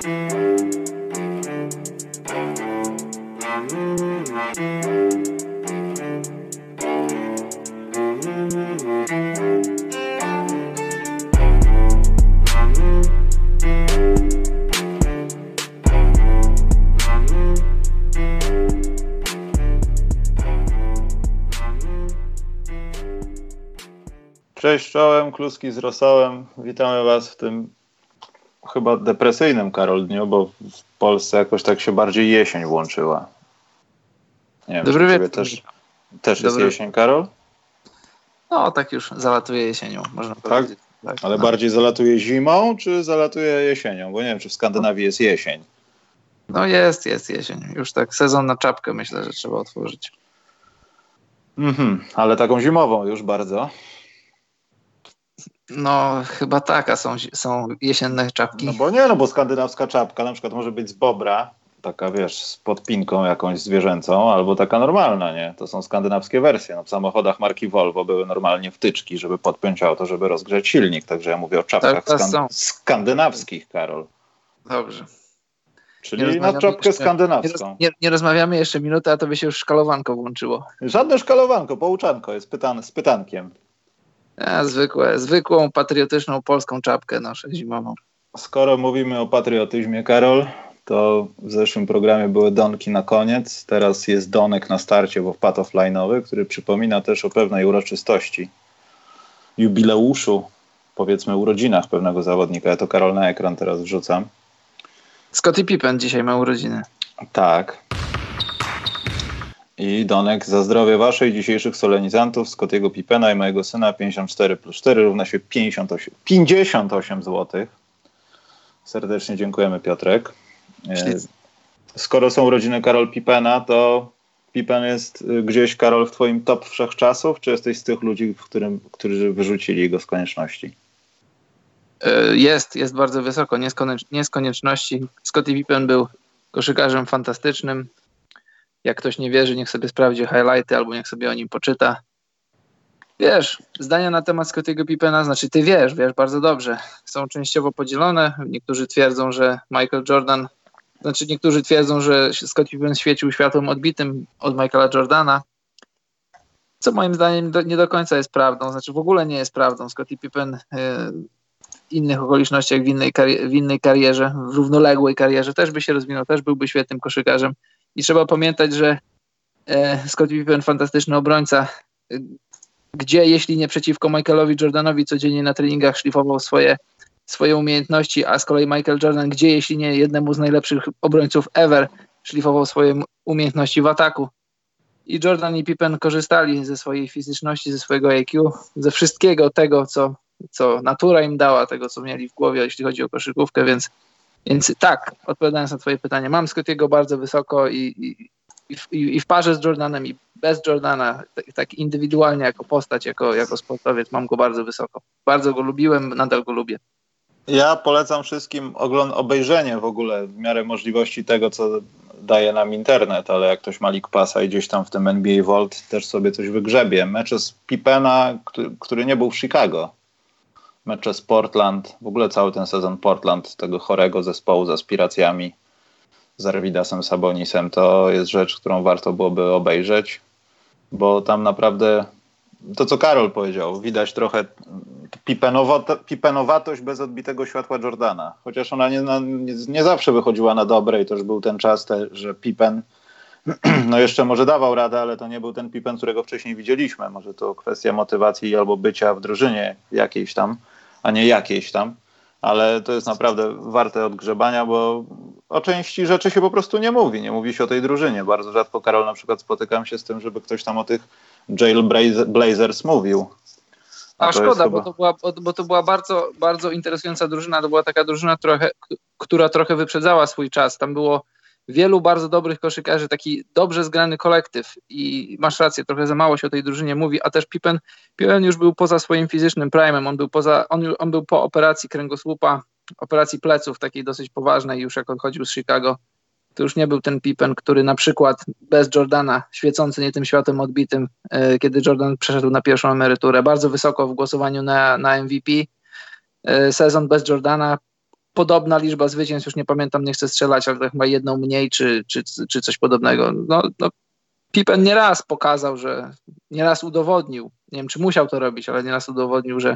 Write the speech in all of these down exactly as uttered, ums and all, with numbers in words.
Cześć czołem, kluski z rosołem. Witamy Was w tym chyba depresyjnym, Karol, dniu, bo w Polsce jakoś tak się bardziej jesień włączyła. Nie wiem, Dobry wieczór. Też, też jest Dobry. jesień, Karol? No, tak już zalatuje jesienią, można tak? powiedzieć. Tak, ale no. Bardziej zalatuje zimą, czy zalatuje jesienią? Bo nie wiem, czy w Skandynawii jest jesień. No jest, jest jesień. Już tak sezon na czapkę myślę, że trzeba otworzyć. Mhm, ale taką zimową już bardzo. No chyba tak, a są, są jesienne czapki. No bo nie, no bo skandynawska czapka na przykład może być z bobra, taka wiesz, z podpinką jakąś zwierzęcą, albo taka normalna, nie? To są skandynawskie wersje. No, w samochodach marki Volvo były normalnie wtyczki, żeby podpiąć auto, żeby rozgrzać silnik. Także ja mówię o czapkach tak, skan- skandynawskich, Karol. Dobrze. Czyli na czapkę jeszcze, skandynawską. Nie, nie, nie rozmawiamy jeszcze minutę, a to by się już szkalowanko włączyło. Żadne szkalowanko, pouczanko jest pytan- z pytankiem. Ja, zwykłe, zwykłą, patriotyczną polską czapkę noszę zimową. Skoro mówimy o patriotyzmie, Karol, to w zeszłym programie były donki na koniec. Teraz jest donek na starcie, bo wpadł offline'owy, który przypomina też o pewnej uroczystości, jubileuszu, powiedzmy urodzinach pewnego zawodnika. Ja to, Karol, na ekran teraz wrzucam. Scottie Pippen dzisiaj ma urodziny. Tak. I donek za zdrowie waszej dzisiejszych solenizantów, Scottiego Pippena i mojego syna, pięćdziesiąt cztery plus cztery równa się pięćdziesiąt osiem, pięćdziesiąt osiem złotych. Serdecznie dziękujemy, Piotrek. Skoro są urodziny Karol Pippena, to Pippen jest gdzieś, Karol, w twoim top wszechczasów, czy jesteś z tych ludzi, w którym, którzy wyrzucili go z konieczności? Jest, jest bardzo wysoko, nie z, koniecz- nie z konieczności. Scottie Pippen był koszykarzem fantastycznym. Jak ktoś nie wierzy, niech sobie sprawdzi highlighty albo niech sobie o nim poczyta. Wiesz, zdania na temat Scottiego Pippena, znaczy ty wiesz, wiesz bardzo dobrze, są częściowo podzielone. Niektórzy twierdzą, że Michael Jordan, znaczy niektórzy twierdzą, że Scottie Pippen świecił światłem odbitym od Michaela Jordana, co moim zdaniem do, nie do końca jest prawdą, znaczy w ogóle nie jest prawdą. Scottie Pippen w innych okolicznościach, w innej, kari- w innej karierze, w równoległej karierze też by się rozwinął, też byłby świetnym koszykarzem. I trzeba pamiętać, że e, Scottie Pippen, fantastyczny obrońca, e, gdzie jeśli nie przeciwko Michaelowi Jordanowi codziennie na treningach szlifował swoje, swoje umiejętności, a z kolei Michael Jordan, gdzie jeśli nie jednemu z najlepszych obrońców ever, szlifował swoje umiejętności w ataku. I Jordan i Pippen korzystali ze swojej fizyczności, ze swojego I Q, ze wszystkiego tego, co, co natura im dała, tego, co mieli w głowie, jeśli chodzi o koszykówkę, więc Więc tak, odpowiadając na twoje pytanie, mam Scottiego bardzo wysoko i, i, i, i w parze z Jordanem i bez Jordana, tak, tak indywidualnie jako postać, jako, jako sportowiec mam go bardzo wysoko. Bardzo go lubiłem, nadal go lubię. Ja polecam wszystkim ogląd- obejrzenie w ogóle w miarę możliwości tego, co daje nam internet, ale jak ktoś ma League Passa i gdzieś tam w tym N B A Vault też sobie coś wygrzebie. Mecze z Pippena, który, który nie był w Chicago. Mecze z Portland, w ogóle cały ten sezon Portland, tego chorego zespołu z aspiracjami, z Arvidasem Sabonisem, to jest rzecz, którą warto byłoby obejrzeć, bo tam naprawdę, to co Karol powiedział, widać trochę Pippenowatość bez odbitego światła Jordana, chociaż ona nie, nie, nie zawsze wychodziła na dobre i to już był ten czas, te, że Pippen no jeszcze może dawał radę, ale to nie był ten Pippen, którego wcześniej widzieliśmy. Może to kwestia motywacji albo bycia w drużynie jakiejś tam, a nie jakiejś tam. Ale to jest naprawdę warte odgrzebania, bo o części rzeczy się po prostu nie mówi. Nie mówi się o tej drużynie. Bardzo rzadko, Karol, na przykład spotykam się z tym, żeby ktoś tam o tych Jailblazers mówił. A, a szkoda, chyba... bo to była, bo to była bardzo, bardzo interesująca drużyna. To była taka drużyna, która, która trochę wyprzedzała swój czas. Tam było wielu bardzo dobrych koszykarzy, taki dobrze zgrany kolektyw i masz rację, trochę za mało się o tej drużynie mówi, a też Pippen, Pippen już był poza swoim fizycznym prime'em, on był, poza, on, on był po operacji kręgosłupa, operacji pleców, takiej dosyć poważnej już jak odchodził z Chicago. To już nie był ten Pippen, który na przykład bez Jordana, świecący nie tym światłem odbitym, yy, kiedy Jordan przeszedł na pierwszą emeryturę, bardzo wysoko w głosowaniu na, na M V P. Yy, sezon bez Jordana, podobna liczba zwycięstw, już nie pamiętam, nie chcę strzelać, ale to chyba jedną mniej, czy, czy, czy coś podobnego. No, no, Pippen nieraz pokazał, że nieraz udowodnił, nie wiem, czy musiał to robić, ale nieraz udowodnił, że,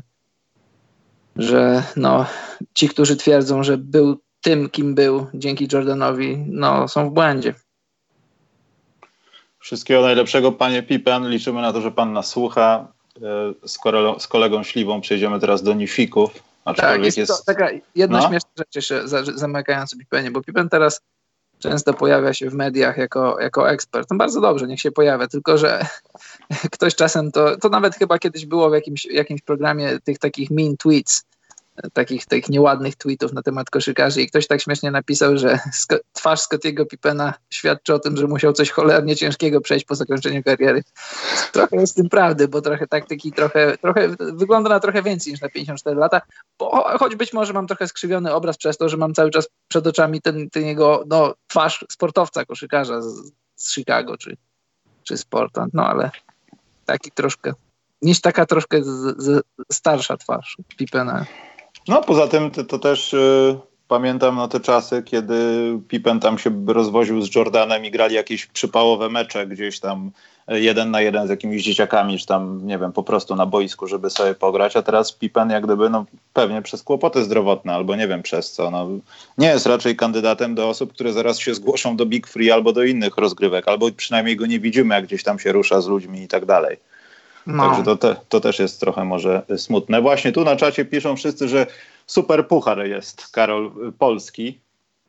że no, ci, którzy twierdzą, że był tym, kim był dzięki Jordanowi, no, są w błędzie. Wszystkiego najlepszego, panie Pippen. Liczymy na to, że pan nas słucha. Z, kole- z kolegą Śliwą przejdziemy teraz do Nifików. Tak, jest, jest... To, taka jedna no? śmieszna rzecz jeszcze, zamykając o Pippenie, bo Pippen teraz często pojawia się w mediach jako, jako ekspert. No bardzo dobrze, niech się pojawia, tylko że ktoś czasem to, to nawet chyba kiedyś było w jakimś, jakimś programie tych takich mean tweets, takich, takich nieładnych tweetów na temat koszykarzy i ktoś tak śmiesznie napisał, że Scott, twarz Scottiego Pippena świadczy o tym, że musiał coś cholernie ciężkiego przejść po zakończeniu kariery. Trochę jest w tym prawdy, bo trochę taktyki, trochę, trochę wygląda na trochę więcej niż na pięćdziesiąt cztery lata, bo choć być może mam trochę skrzywiony obraz przez to, że mam cały czas przed oczami ten, ten jego no, twarz sportowca, koszykarza z, z Chicago czy, czy z Portland, no ale taki troszkę, niż taka troszkę z, z starsza twarz Pippena. No poza tym to, to też y, pamiętam no, te czasy, kiedy Pippen tam się rozwoził z Jordanem i grali jakieś przypałowe mecze gdzieś tam jeden na jeden z jakimiś dzieciakami, czy tam nie wiem, po prostu na boisku, żeby sobie pograć, a teraz Pippen jak gdyby no pewnie przez kłopoty zdrowotne albo nie wiem przez co, no nie jest raczej kandydatem do osób, które zaraz się zgłoszą do Big Free albo do innych rozgrywek, albo przynajmniej go nie widzimy, jak gdzieś tam się rusza z ludźmi i tak dalej. No. Także to, te, to też jest trochę może smutne. Właśnie tu na czacie piszą wszyscy, że super puchar jest Karol Polski,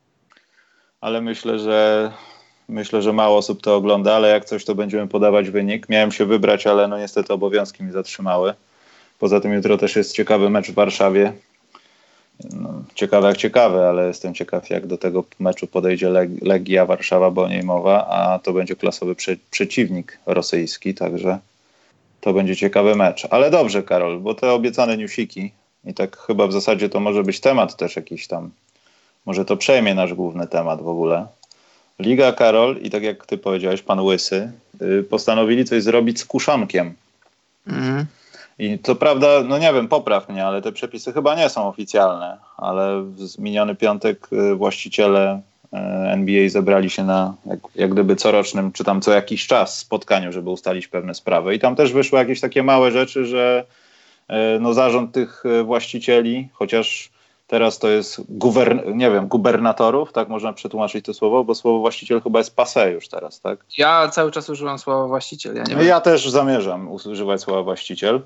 ale myślę, że myślę, że mało osób to ogląda, ale jak coś to będziemy podawać wynik. Miałem się wybrać, ale no niestety obowiązki mi zatrzymały. Poza tym jutro też jest ciekawy mecz w Warszawie. No, ciekawe jak ciekawe, ale jestem ciekaw jak do tego meczu podejdzie Leg- Legia Warszawa, bo o niej mowa, a to będzie klasowy prze- przeciwnik rosyjski, także to będzie ciekawy mecz. Ale dobrze, Karol, bo te obiecane newsiki i tak chyba w zasadzie to może być temat też jakiś tam, może to przejmie nasz główny temat w ogóle. Liga, Karol, i tak jak ty powiedziałeś, pan Łysy, yy, postanowili coś zrobić z kuszonkiem. Mm. I to prawda, no nie wiem, popraw mnie, ale te przepisy chyba nie są oficjalne, ale w miniony piątek yy, właściciele yy, N B A zebrali się na jak, jak gdyby corocznym, czy tam co jakiś czas spotkaniu, żeby ustalić pewne sprawy. I tam też wyszły jakieś takie małe rzeczy, że yy, no zarząd tych właścicieli, chociaż teraz to jest guwern- nie wiem, gubernatorów, tak można przetłumaczyć to słowo, bo słowo właściciel chyba jest passé już teraz, tak? Ja cały czas używam słowa właściciel. Ja, nie no ja też zamierzam używać słowa właściciel.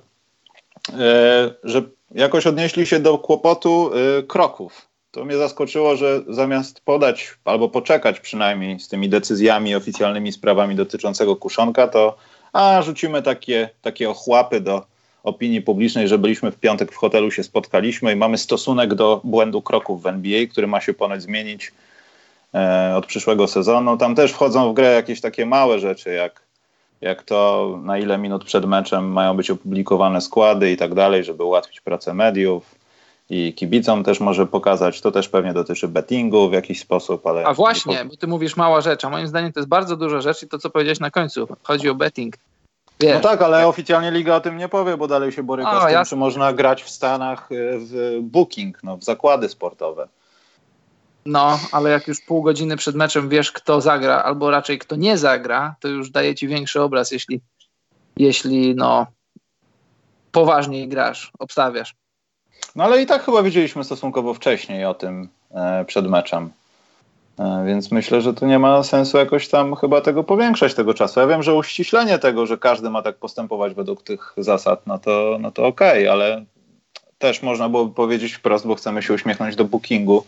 E, że jakoś odnieśli się do kłopotu e, kroków. To mnie zaskoczyło, że zamiast podać albo poczekać przynajmniej z tymi decyzjami, oficjalnymi sprawami dotyczącego kuszonka, to a rzucimy takie, takie ochłapy do opinii publicznej, że byliśmy w piątek w hotelu, się spotkaliśmy i mamy stosunek do błędu kroków w N B A, który ma się ponoć zmienić e, od przyszłego sezonu. Tam też wchodzą w grę jakieś takie małe rzeczy, jak, jak to, na ile minut przed meczem mają być opublikowane składy i tak dalej, żeby ułatwić pracę mediów i kibicom też może pokazać. To też pewnie dotyczy bettingu w jakiś sposób. Ale a właśnie, bo ty mówisz mała rzecz, a moim zdaniem to jest bardzo duża rzecz i to, co powiedziałeś na końcu, chodzi o betting. Wiesz, no tak, ale oficjalnie liga o tym nie powie, bo dalej się boryka o, z tym, ja... czy można grać w Stanach w booking, no, w zakłady sportowe. No, ale jak już pół godziny przed meczem wiesz, kto zagra, albo raczej kto nie zagra, to już daje ci większy obraz, jeśli, jeśli no, poważniej grasz, obstawiasz. No ale i tak chyba wiedzieliśmy stosunkowo wcześniej o tym e, przed meczem. Więc myślę, że tu nie ma sensu jakoś tam chyba tego powiększać tego czasu. Ja wiem, że uściślenie tego, że każdy ma tak postępować według tych zasad, no to, no to okej, okay, ale też można byłoby powiedzieć wprost, bo chcemy się uśmiechnąć do bookingu,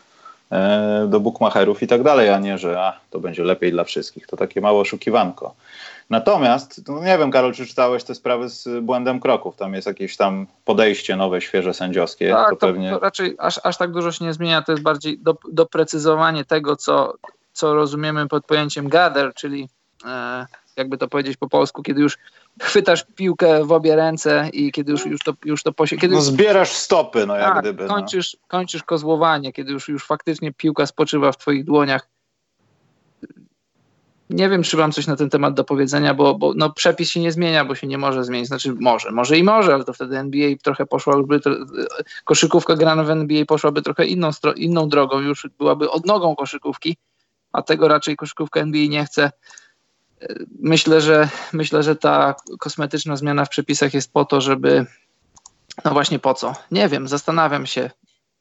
do bookmacherów i tak dalej, a nie, że a, to będzie lepiej dla wszystkich. To takie małe oszukiwanko. Natomiast, no nie wiem, Karol, czy czytałeś te sprawy z błędem kroków? Tam jest jakieś tam podejście nowe, świeże, sędziowskie. Tak, to, to, pewnie... to raczej aż, aż tak dużo się nie zmienia. To jest bardziej do, doprecyzowanie tego, co, co rozumiemy pod pojęciem gather, czyli e, jakby to powiedzieć po polsku, kiedy już chwytasz piłkę w obie ręce i kiedy już, już to, już to posie... kiedy no zbierasz stopy, no jak tak, gdyby. Kończysz, no. kończysz kozłowanie, kiedy już, już faktycznie piłka spoczywa w twoich dłoniach. nie wiem, czy mam coś na ten temat do powiedzenia, bo, bo no, przepis się nie zmienia, bo się nie może zmienić. Znaczy może, może i może, ale to wtedy N B A trochę poszłaby, koszykówka grana w N B A poszłaby trochę inną, inną drogą, już byłaby odnogą koszykówki, a tego raczej koszykówka N B A nie chce. Myślę, że myślę, że ta kosmetyczna zmiana w przepisach jest po to, żeby no właśnie po co? Nie wiem, zastanawiam się.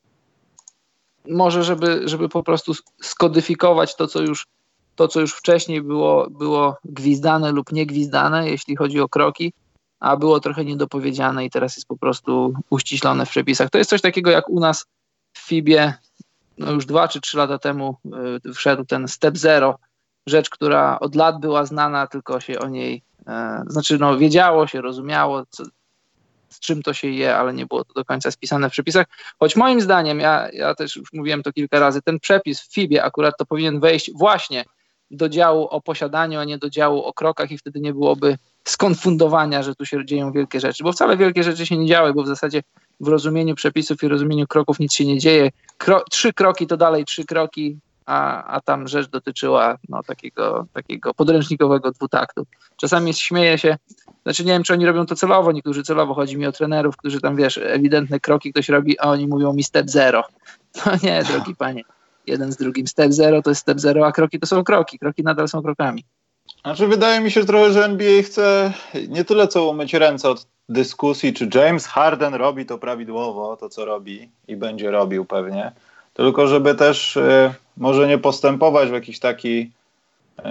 Może, żeby, żeby po prostu skodyfikować to, co już to, co już wcześniej było, było gwizdane lub nie gwizdane, jeśli chodzi o kroki, a było trochę niedopowiedziane i teraz jest po prostu uściślone w przepisach. To jest coś takiego, jak u nas w fibie no już dwa czy trzy lata temu y, wszedł ten Step Zero, rzecz, która od lat była znana, tylko się o niej, e, znaczy no wiedziało się, rozumiało, co, z czym to się je, ale nie było to do końca spisane w przepisach. Choć moim zdaniem, ja, ja też już mówiłem to kilka razy, ten przepis w fibie akurat to powinien wejść właśnie do działu o posiadaniu, a nie do działu o krokach i wtedy nie byłoby skonfundowania, że tu się dzieją wielkie rzeczy, bo wcale wielkie rzeczy się nie działy, bo w zasadzie w rozumieniu przepisów i rozumieniu kroków nic się nie dzieje. Kro, trzy kroki to dalej trzy kroki, a, a tam rzecz dotyczyła no, takiego, takiego podręcznikowego dwutaktu. Czasami śmieję się, znaczy nie wiem, czy oni robią to celowo, niektórzy celowo, chodzi mi o trenerów, którzy tam, wiesz, ewidentne kroki ktoś robi, a oni mówią mi step zero. No nie, drogi panie, jeden z drugim step zero to jest step zero, a kroki to są kroki, kroki nadal są krokami. Znaczy wydaje mi się trochę, że N B A chce nie tyle co umyć ręce od dyskusji, czy James Harden robi to prawidłowo, to co robi i będzie robił pewnie, tylko żeby też y, może nie postępować w jakiś taki y,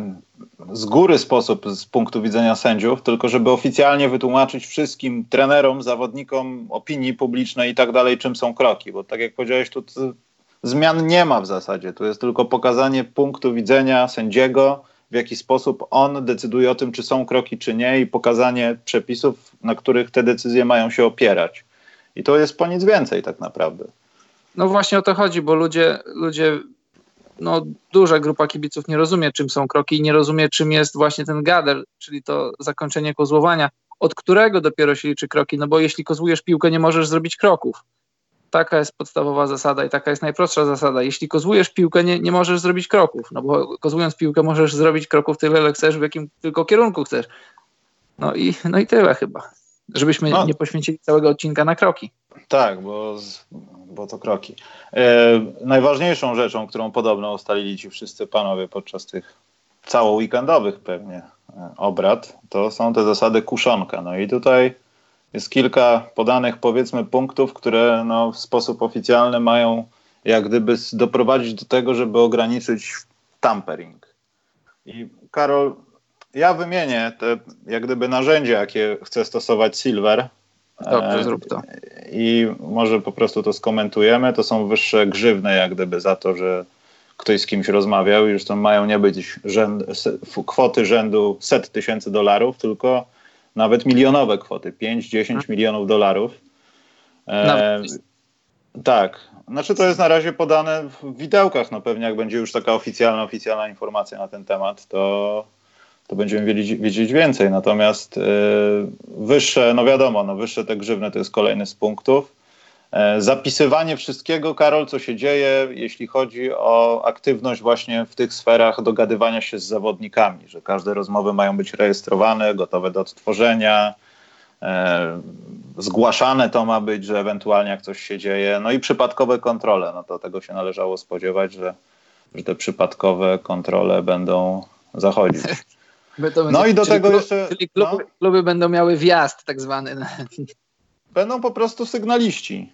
z góry sposób z punktu widzenia sędziów, tylko żeby oficjalnie wytłumaczyć wszystkim trenerom, zawodnikom, opinii publicznej i tak dalej, czym są kroki, bo tak jak powiedziałeś, tu zmian nie ma w zasadzie, tu jest tylko pokazanie punktu widzenia sędziego, w jaki sposób on decyduje o tym, czy są kroki, czy nie i pokazanie przepisów, na których te decyzje mają się opierać. I to jest po nic więcej tak naprawdę. No właśnie o to chodzi, bo ludzie, ludzie no duża grupa kibiców nie rozumie, czym są kroki i nie rozumie, czym jest właśnie ten gather, czyli to zakończenie kozłowania, od którego dopiero się liczy kroki, no bo jeśli kozłujesz piłkę, nie możesz zrobić kroków. Taka jest podstawowa zasada i taka jest najprostsza zasada. Jeśli kozłujesz piłkę, nie, nie możesz zrobić kroków, no bo kozłując piłkę możesz zrobić kroków tyle, ile chcesz, w jakim tylko kierunku chcesz. No i, no i tyle chyba. Żebyśmy no. nie poświęcili całego odcinka na kroki. Tak, bo, bo to kroki. E, najważniejszą rzeczą, którą podobno ustalili ci wszyscy panowie podczas tych całoweekendowych pewnie e, obrad, to są te zasady kuszonka. No i tutaj jest kilka podanych, powiedzmy, punktów, które no, w sposób oficjalny mają jak gdyby doprowadzić do tego, żeby ograniczyć tampering. I Karol, ja wymienię te jak gdyby narzędzia, jakie chce stosować Silver. Dobrze, e, zrób to. I może po prostu to skomentujemy. To są wyższe grzywny jak gdyby za to, że ktoś z kimś rozmawiał i już to mają nie być rzęd, kwoty rzędu set tysięcy dolarów, tylko nawet milionowe kwoty, pięć dziesięć milionów dolarów. E, tak, znaczy to jest na razie podane w widełkach, no pewnie jak będzie już taka oficjalna, oficjalna informacja na ten temat, to, to będziemy wiedzieć, wiedzieć więcej. Natomiast e, wyższe, no wiadomo, no wyższe te grzywny to jest kolejny z punktów. E, zapisywanie wszystkiego, Karol, co się dzieje, jeśli chodzi o aktywność właśnie w tych sferach dogadywania się z zawodnikami, że każde rozmowy mają być rejestrowane, gotowe do odtworzenia, e, zgłaszane to ma być, że ewentualnie jak coś się dzieje, no i przypadkowe kontrole, no to tego się należało spodziewać, że, że te przypadkowe kontrole będą zachodzić. No i do tego klub, jeszcze... Czyli kluby, no, kluby będą miały wjazd tak zwany. Będą po prostu sygnaliści.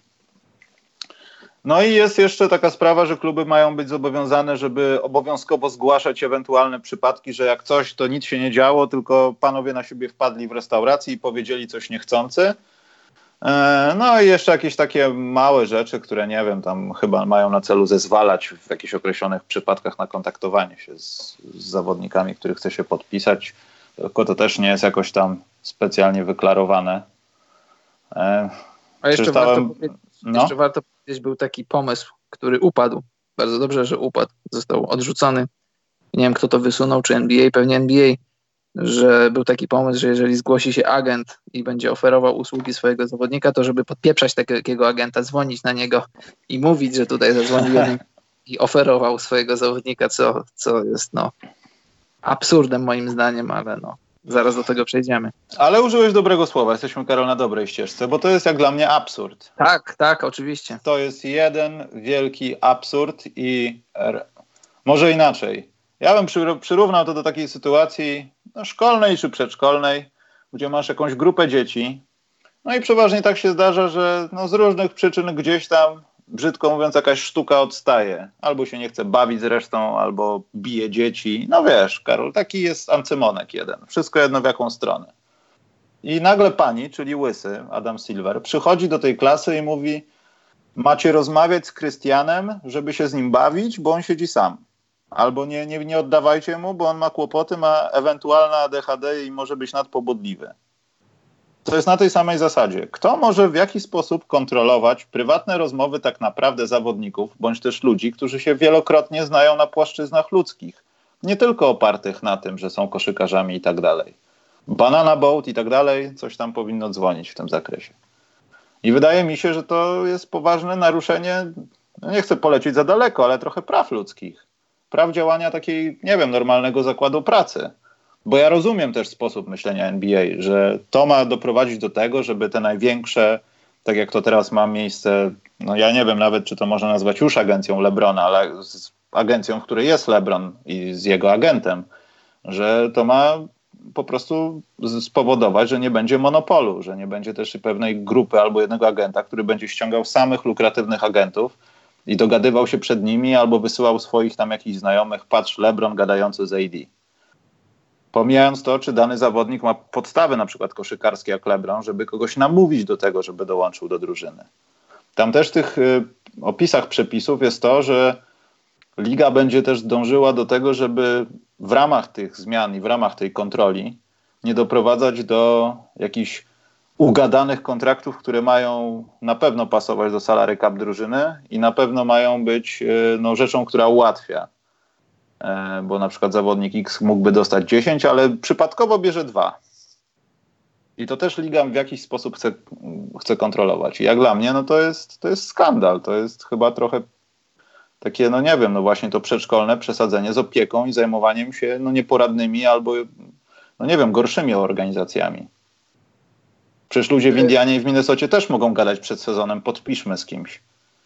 No i jest jeszcze taka sprawa, że kluby mają być zobowiązane, żeby obowiązkowo zgłaszać ewentualne przypadki, że jak coś, to nic się nie działo, tylko panowie na siebie wpadli w restauracji i powiedzieli coś niechcący. No i jeszcze jakieś takie małe rzeczy, które nie wiem, tam chyba mają na celu zezwalać w jakichś określonych przypadkach na kontaktowanie się z, z zawodnikami, których chce się podpisać, tylko to też nie jest jakoś tam specjalnie wyklarowane. A jeszcze warto, powiedzieć, no? jeszcze warto powiedzieć, był taki pomysł, który upadł. Bardzo dobrze, że upadł. Został odrzucony. Nie wiem, kto to wysunął, czy N B A, pewnie N B A, że był taki pomysł, że jeżeli zgłosi się agent i będzie oferował usługi swojego zawodnika, to żeby podpieprzać takiego agenta, dzwonić na niego i mówić, że tutaj zadzwonił jeden i oferował swojego zawodnika, co, co jest no absurdem moim zdaniem, ale no, zaraz do tego przejdziemy. Ale użyłeś dobrego słowa, jesteśmy, Karol, na dobrej ścieżce, bo to jest jak dla mnie absurd. Tak, tak, oczywiście. To jest jeden wielki absurd i r- może inaczej. Ja bym przy, przyrównał to do takiej sytuacji no, szkolnej czy przedszkolnej, gdzie masz jakąś grupę dzieci, no i przeważnie tak się zdarza, że no, z różnych przyczyn gdzieś tam, brzydko mówiąc, jakaś sztuka odstaje. Albo się nie chce bawić z resztą, albo bije dzieci. No wiesz, Karol, taki jest ancymonek jeden. Wszystko jedno w jaką stronę. I nagle pani, czyli łysy, Adam Silver, przychodzi do tej klasy i mówi: macie rozmawiać z Krystianem, żeby się z nim bawić, bo on siedzi sam. Albo nie, nie, nie oddawajcie mu, bo on ma kłopoty, ma ewentualne A D H D i może być nadpobudliwy. To jest na tej samej zasadzie. Kto może w jakiś sposób kontrolować prywatne rozmowy tak naprawdę zawodników, bądź też ludzi, którzy się wielokrotnie znają na płaszczyznach ludzkich, nie tylko opartych na tym, że są koszykarzami i tak dalej. Banana boat i tak dalej, coś tam powinno dzwonić w tym zakresie. I wydaje mi się, że to jest poważne naruszenie, no nie chcę polecieć za daleko, ale trochę praw ludzkich. Praw działania takiej, nie wiem, normalnego zakładu pracy. Bo ja rozumiem też sposób myślenia N B A, że to ma doprowadzić do tego, żeby te największe, tak jak to teraz ma miejsce, no ja nie wiem nawet, czy to można nazwać już agencją LeBrona, ale z agencją, w której jest LeBron i z jego agentem, że to ma po prostu spowodować, że nie będzie monopolu, że nie będzie też pewnej grupy albo jednego agenta, który będzie ściągał samych lukratywnych agentów i dogadywał się przed nimi albo wysyłał swoich tam jakichś znajomych, patrz, LeBron gadający z A D. Pomijając to, czy dany zawodnik ma podstawy na przykład koszykarskie jak LeBron, żeby kogoś namówić do tego, żeby dołączył do drużyny. Tam też w tych y, opisach przepisów jest to, że liga będzie też dążyła do tego, żeby w ramach tych zmian i w ramach tej kontroli nie doprowadzać do jakichś ugadanych kontraktów, które mają na pewno pasować do salary cap drużyny i na pewno mają być y, no, rzeczą, która ułatwia. Bo na przykład zawodnik X mógłby dostać dziesięć, ale przypadkowo bierze dwa. I to też liga w jakiś sposób chce, chce kontrolować. I jak dla mnie, no to jest, to jest skandal. To jest chyba trochę takie, no nie wiem, no właśnie to przedszkolne przesadzenie z opieką i zajmowaniem się no nieporadnymi albo, no nie wiem, gorszymi organizacjami. Przecież ludzie w Indianie i w Minnesocie też mogą gadać przed sezonem, podpiszmy z kimś.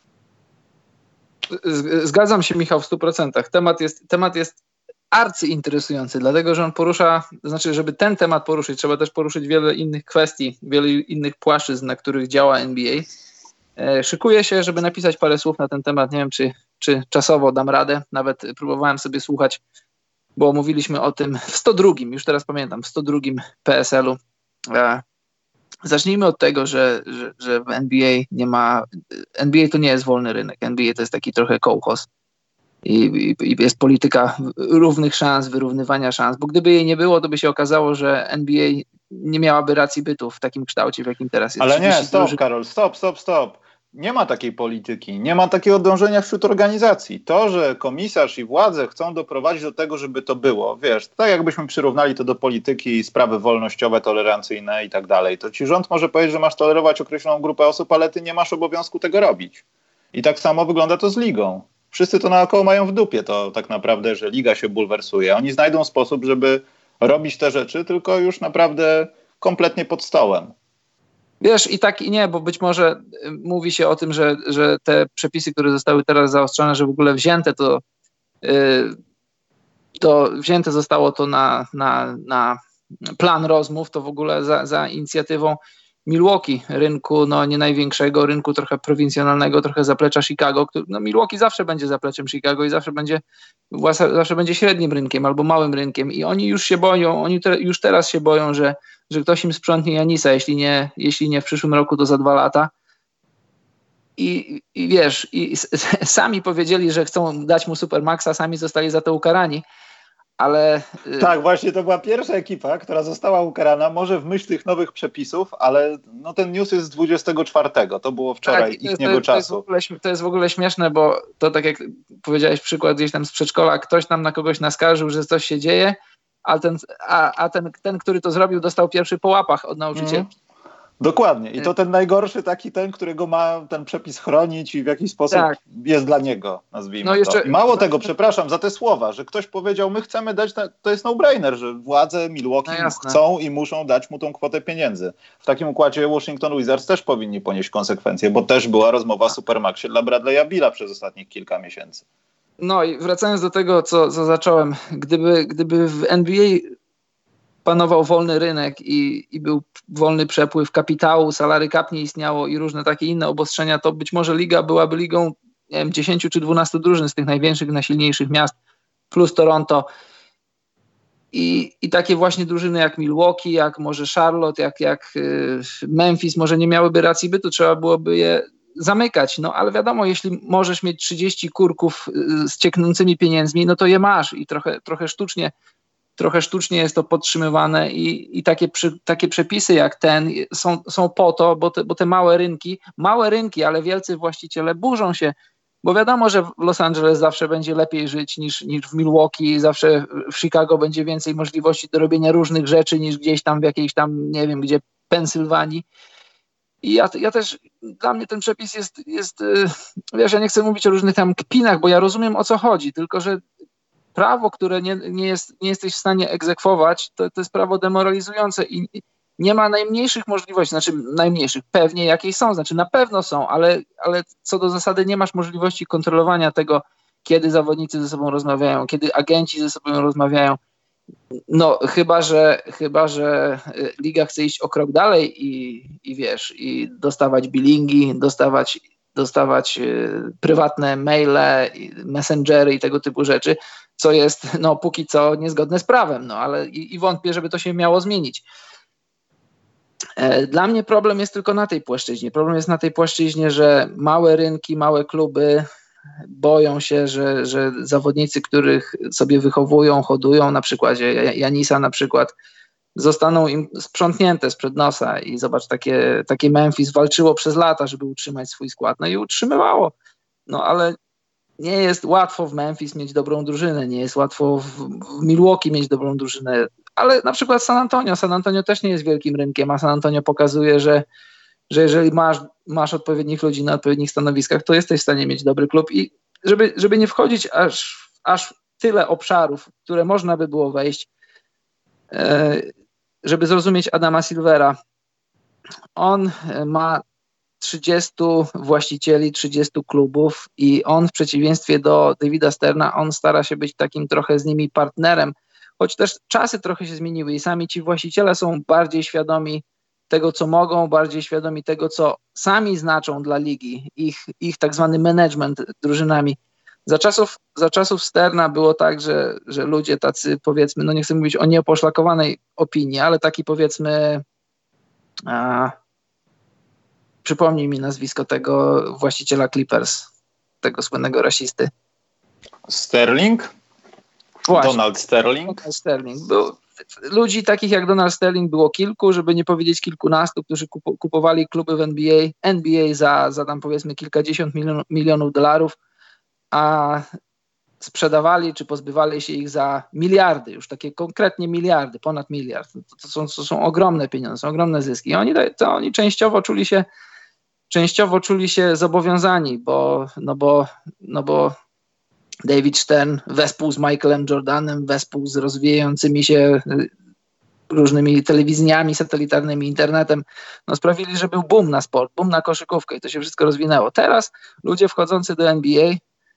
Zgadzam się, Michał, w stu procentach. Temat jest, temat jest arcyinteresujący, dlatego że on porusza, to znaczy, żeby ten temat poruszyć, trzeba też poruszyć wiele innych kwestii, wiele innych płaszczyzn, na których działa N B A. E, szykuję się, żeby napisać parę słów na ten temat. Nie wiem, czy, czy czasowo dam radę. Nawet próbowałem sobie słuchać, bo mówiliśmy o tym w sto drugim, już teraz pamiętam, w sto drugim P S L-u. E, Zacznijmy od tego, że, że, że w N B A nie ma, N B A to nie jest wolny rynek, N B A to jest taki trochę kołchoz i, i, i jest polityka równych szans, wyrównywania szans, bo gdyby jej nie było, to by się okazało, że N B A nie miałaby racji bytu w takim kształcie, w jakim teraz jest. Ale nie, stop, duży... Karol, stop, stop, stop. Nie ma takiej polityki, nie ma takiego dążenia wśród organizacji. To, że komisarz i władze chcą doprowadzić do tego, żeby to było, wiesz, tak jakbyśmy przyrównali to do polityki, sprawy wolnościowe, tolerancyjne i tak dalej, to ci rząd może powiedzieć, że masz tolerować określoną grupę osób, ale ty nie masz obowiązku tego robić. I tak samo wygląda to z ligą. Wszyscy to naokoło mają w dupie to tak naprawdę, że liga się bulwersuje. Oni znajdą sposób, żeby robić te rzeczy, tylko już naprawdę kompletnie pod stołem. Wiesz, i tak i nie, bo być może mówi się o tym, że, że te przepisy, które zostały teraz zaostrzone, że w ogóle wzięte to, yy, to wzięte zostało to na, na, na plan rozmów, to w ogóle za, za inicjatywą Milwaukee, rynku no nie największego, rynku trochę prowincjonalnego, trochę zaplecza Chicago. Który, no Milwaukee zawsze będzie zapleczem Chicago i zawsze będzie, zawsze będzie średnim rynkiem albo małym rynkiem i oni już się boją, oni te, już teraz się boją, że, że ktoś im sprzątnie Janisa, jeśli nie, jeśli nie w przyszłym roku, to za dwa lata. I, i wiesz, i sami powiedzieli, że chcą dać mu Supermaxa, sami zostali za to ukarani. Ale... Tak, właśnie to była pierwsza ekipa, która została ukarana, może w myśl tych nowych przepisów, ale no ten news jest z dwudziestego czwartego, to było wczoraj tak, ichniego to, czasu. To jest, ogóle, to jest w ogóle śmieszne, bo to tak jak powiedziałeś przykład gdzieś tam z przedszkola, ktoś tam na kogoś naskarżył, że coś się dzieje, a ten, a, a ten, ten który to zrobił, dostał pierwszy po łapach od nauczyciela. Mm. Dokładnie. I to ten najgorszy taki ten, którego ma ten przepis chronić i w jakiś sposób tak. jest dla niego, nazwijmy no jeszcze... to. I mało tego, przepraszam za te słowa, że ktoś powiedział, my chcemy dać, to jest no-brainer, że władze Milwaukee no chcą i muszą dać mu tą kwotę pieniędzy. W takim układzie Washington Wizards też powinni ponieść konsekwencje, bo też była rozmowa o Supermaxie dla Bradley'a Billa przez ostatnich kilka miesięcy. No i wracając do tego, co, co zacząłem, gdyby, gdyby w N B A panował wolny rynek i, i był wolny przepływ kapitału, salary cap nie istniało i różne takie inne obostrzenia, to być może liga byłaby ligą, nie wiem, dziesięciu czy dwunastu drużyn z tych największych, najsilniejszych miast, plus Toronto. I, i takie właśnie drużyny jak Milwaukee, jak może Charlotte, jak, jak Memphis może nie miałyby racji bytu, trzeba byłoby je zamykać. No ale wiadomo, jeśli możesz mieć trzydzieści kurków z cieknącymi pieniędzmi, no to je masz i trochę, trochę sztucznie Trochę sztucznie jest to podtrzymywane i, i takie, przy, takie przepisy jak ten są, są po to, bo te, bo te małe rynki, małe rynki, ale wielcy właściciele burzą się, bo wiadomo, że w Los Angeles zawsze będzie lepiej żyć niż, niż w Milwaukee, zawsze w Chicago będzie więcej możliwości do robienia różnych rzeczy niż gdzieś tam w jakiejś tam, nie wiem gdzie, Pensylwanii. I ja, ja też, dla mnie ten przepis jest, jest, wiesz, ja nie chcę mówić o różnych tam kpinach, bo ja rozumiem, o co chodzi, tylko że prawo, które nie, nie, jest, nie jesteś w stanie egzekwować, to, to jest prawo demoralizujące i nie ma najmniejszych możliwości, znaczy najmniejszych, pewnie jakieś są, znaczy na pewno są, ale, ale co do zasady nie masz możliwości kontrolowania tego, kiedy zawodnicy ze sobą rozmawiają, kiedy agenci ze sobą rozmawiają. No chyba, że chyba, że liga chce iść o krok dalej i, i wiesz, i dostawać billingi, dostawać dostawać y, prywatne maile, messengery i tego typu rzeczy, co jest no póki co niezgodne z prawem, no ale i, i wątpię, żeby to się miało zmienić. E, dla mnie problem jest tylko na tej płaszczyźnie. Problem jest na tej płaszczyźnie, że małe rynki, małe kluby boją się, że, że zawodnicy, których sobie wychowują, hodują, na przykładzie Janisa na przykład, zostaną im sprzątnięte sprzed nosa i zobacz, takie, takie Memphis walczyło przez lata, żeby utrzymać swój skład, no i utrzymywało, no ale nie jest łatwo w Memphis mieć dobrą drużynę, nie jest łatwo w, w Milwaukee mieć dobrą drużynę, ale na przykład San Antonio, San Antonio też nie jest wielkim rynkiem, a San Antonio pokazuje, że, że jeżeli masz, masz odpowiednich ludzi na odpowiednich stanowiskach, to jesteś w stanie mieć dobry klub i żeby, żeby nie wchodzić aż, aż w tyle obszarów, w które można by było wejść, żeby zrozumieć Adama Silvera. On ma trzydziestu właścicieli, trzydziestu klubów i on w przeciwieństwie do Davida Sterna, on stara się być takim trochę z nimi partnerem, choć też czasy trochę się zmieniły i sami ci właściciele są bardziej świadomi tego, co mogą, bardziej świadomi tego, co sami znaczą dla ligi, ich, ich tak zwany management drużynami. Za czasów, za czasów Sterna było tak, że, że ludzie tacy, powiedzmy, no nie chcę mówić o nieoposzlakowanej opinii, ale taki powiedzmy, a, przypomnij mi nazwisko tego właściciela Clippers, tego słynnego rasisty. Sterling? Właśnie. Donald Sterling? Donald Sterling. Był, ludzi takich jak Donald Sterling było kilku, żeby nie powiedzieć kilkunastu, którzy kupowali kluby w N B A, N B A za, za tam powiedzmy kilkadziesiąt milionów, milionów dolarów, a sprzedawali czy pozbywali się ich za miliardy, już takie konkretnie miliardy, ponad miliard. To, to, są, to są ogromne pieniądze, są ogromne zyski. I oni, to oni częściowo czuli się częściowo czuli się zobowiązani, bo, no bo, no bo David Stern wespół z Michaelem Jordanem, wespół z rozwijającymi się różnymi telewizjami satelitarnymi, internetem, no sprawili, że był boom na sport, boom na koszykówkę i to się wszystko rozwinęło. Teraz ludzie wchodzący do N B A,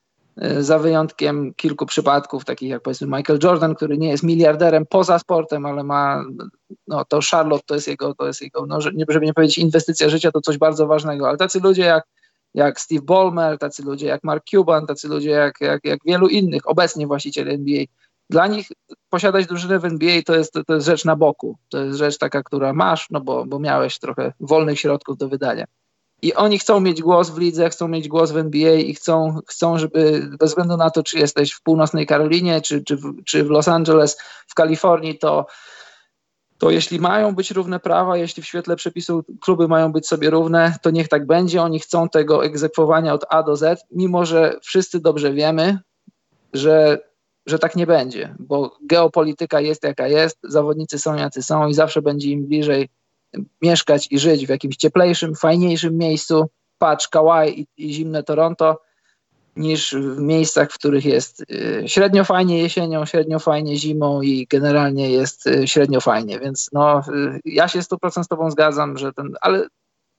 za wyjątkiem kilku przypadków, takich jak powiedzmy Michael Jordan, który nie jest miliarderem poza sportem, ale ma, no to Charlotte to jest jego, to jest jego, no żeby nie powiedzieć inwestycja życia, to coś bardzo ważnego, ale tacy ludzie jak, jak Steve Ballmer, tacy ludzie jak Mark Cuban, tacy ludzie jak, jak, jak wielu innych, obecnie właścicieli N B A, dla nich posiadać drużynę w N B A to jest, to jest rzecz na boku, to jest rzecz taka, która masz, no bo, bo miałeś trochę wolnych środków do wydania. I oni chcą mieć głos w lidze, chcą mieć głos w N B A i chcą, chcą żeby bez względu na to, czy jesteś w północnej Karolinie, czy, czy, w, czy w Los Angeles, w Kalifornii, to, to jeśli mają być równe prawa, jeśli w świetle przepisów kluby mają być sobie równe, to niech tak będzie. Oni chcą tego egzekwowania od A do Z, mimo że wszyscy dobrze wiemy, że, że tak nie będzie, bo geopolityka jest jaka jest, zawodnicy są jacy są i zawsze będzie im bliżej mieszkać i żyć w jakimś cieplejszym, fajniejszym miejscu, patrz Kawhi i, i zimne Toronto, niż w miejscach, w których jest y, średnio fajnie jesienią, średnio fajnie zimą i generalnie jest y, średnio fajnie, więc no y, ja się sto procent z tobą zgadzam, że ten, ale,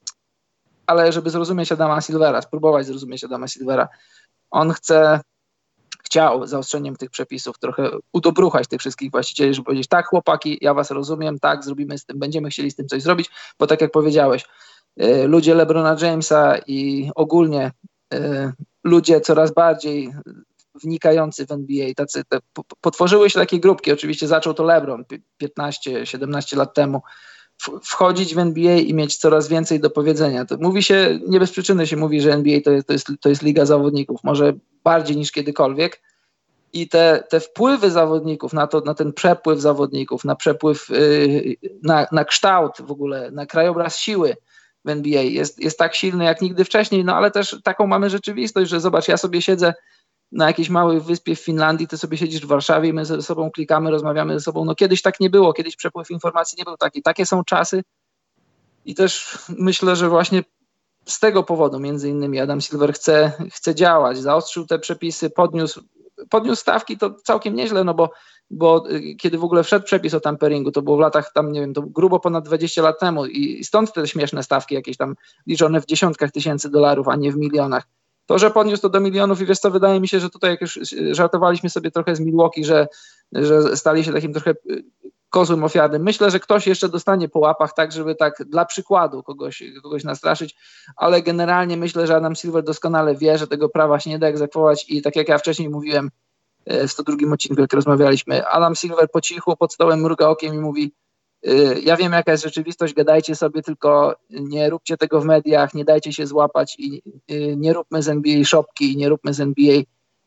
ale żeby zrozumieć Adama Silvera, spróbować zrozumieć Adama Silvera, on chce, chciał zaostrzeniem tych przepisów trochę udobruchać tych wszystkich właścicieli, żeby powiedzieć, tak chłopaki, ja was rozumiem, tak, zrobimy z tym, będziemy chcieli z tym coś zrobić, bo tak jak powiedziałeś, y, ludzie LeBrona Jamesa i ogólnie y, ludzie coraz bardziej wnikający w N B A, tacy, te, potworzyły się takie grupki, oczywiście zaczął to LeBron piętnaście siedemnaście lat temu, wchodzić w N B A i mieć coraz więcej do powiedzenia. To mówi się, nie bez przyczyny się mówi, że N B A to jest, to jest, to jest liga zawodników, może bardziej niż kiedykolwiek i te, te wpływy zawodników na to, na ten przepływ zawodników, na przepływ, yy, na, na kształt w ogóle, na krajobraz siły w N B A jest, jest tak silny jak nigdy wcześniej, no ale też taką mamy rzeczywistość, że zobacz, ja sobie siedzę na jakiejś małej wyspie w Finlandii, ty sobie siedzisz w Warszawie i my ze sobą klikamy, rozmawiamy ze sobą, no kiedyś tak nie było, kiedyś przepływ informacji nie był taki, takie są czasy i też myślę, że właśnie z tego powodu między innymi Adam Silver chce, chce działać, zaostrzył te przepisy, podniósł, podniósł stawki, to całkiem nieźle, no bo bo kiedy w ogóle wszedł przepis o tamperingu, to było w latach tam, nie wiem, to grubo ponad dwadzieścia lat temu i stąd te śmieszne stawki jakieś tam liczone w dziesiątkach tysięcy dolarów, a nie w milionach. To, że podniósł to do milionów i wiesz co, wydaje mi się, że tutaj jak już żartowaliśmy sobie trochę z Milwaukee, że, że stali się takim trochę kozłem ofiarnym. Myślę, że ktoś jeszcze dostanie po łapach tak, żeby tak dla przykładu kogoś, kogoś nastraszyć, ale generalnie myślę, że Adam Silver doskonale wie, że tego prawa się nie da egzekwować i tak jak ja wcześniej mówiłem, w sto drugim odcinku, jak rozmawialiśmy, Adam Silver po cichu pod stołem mruga okiem i mówi, ja wiem jaka jest rzeczywistość, gadajcie sobie, tylko nie róbcie tego w mediach, nie dajcie się złapać i nie róbmy z N B A szopki, nie róbmy z N B A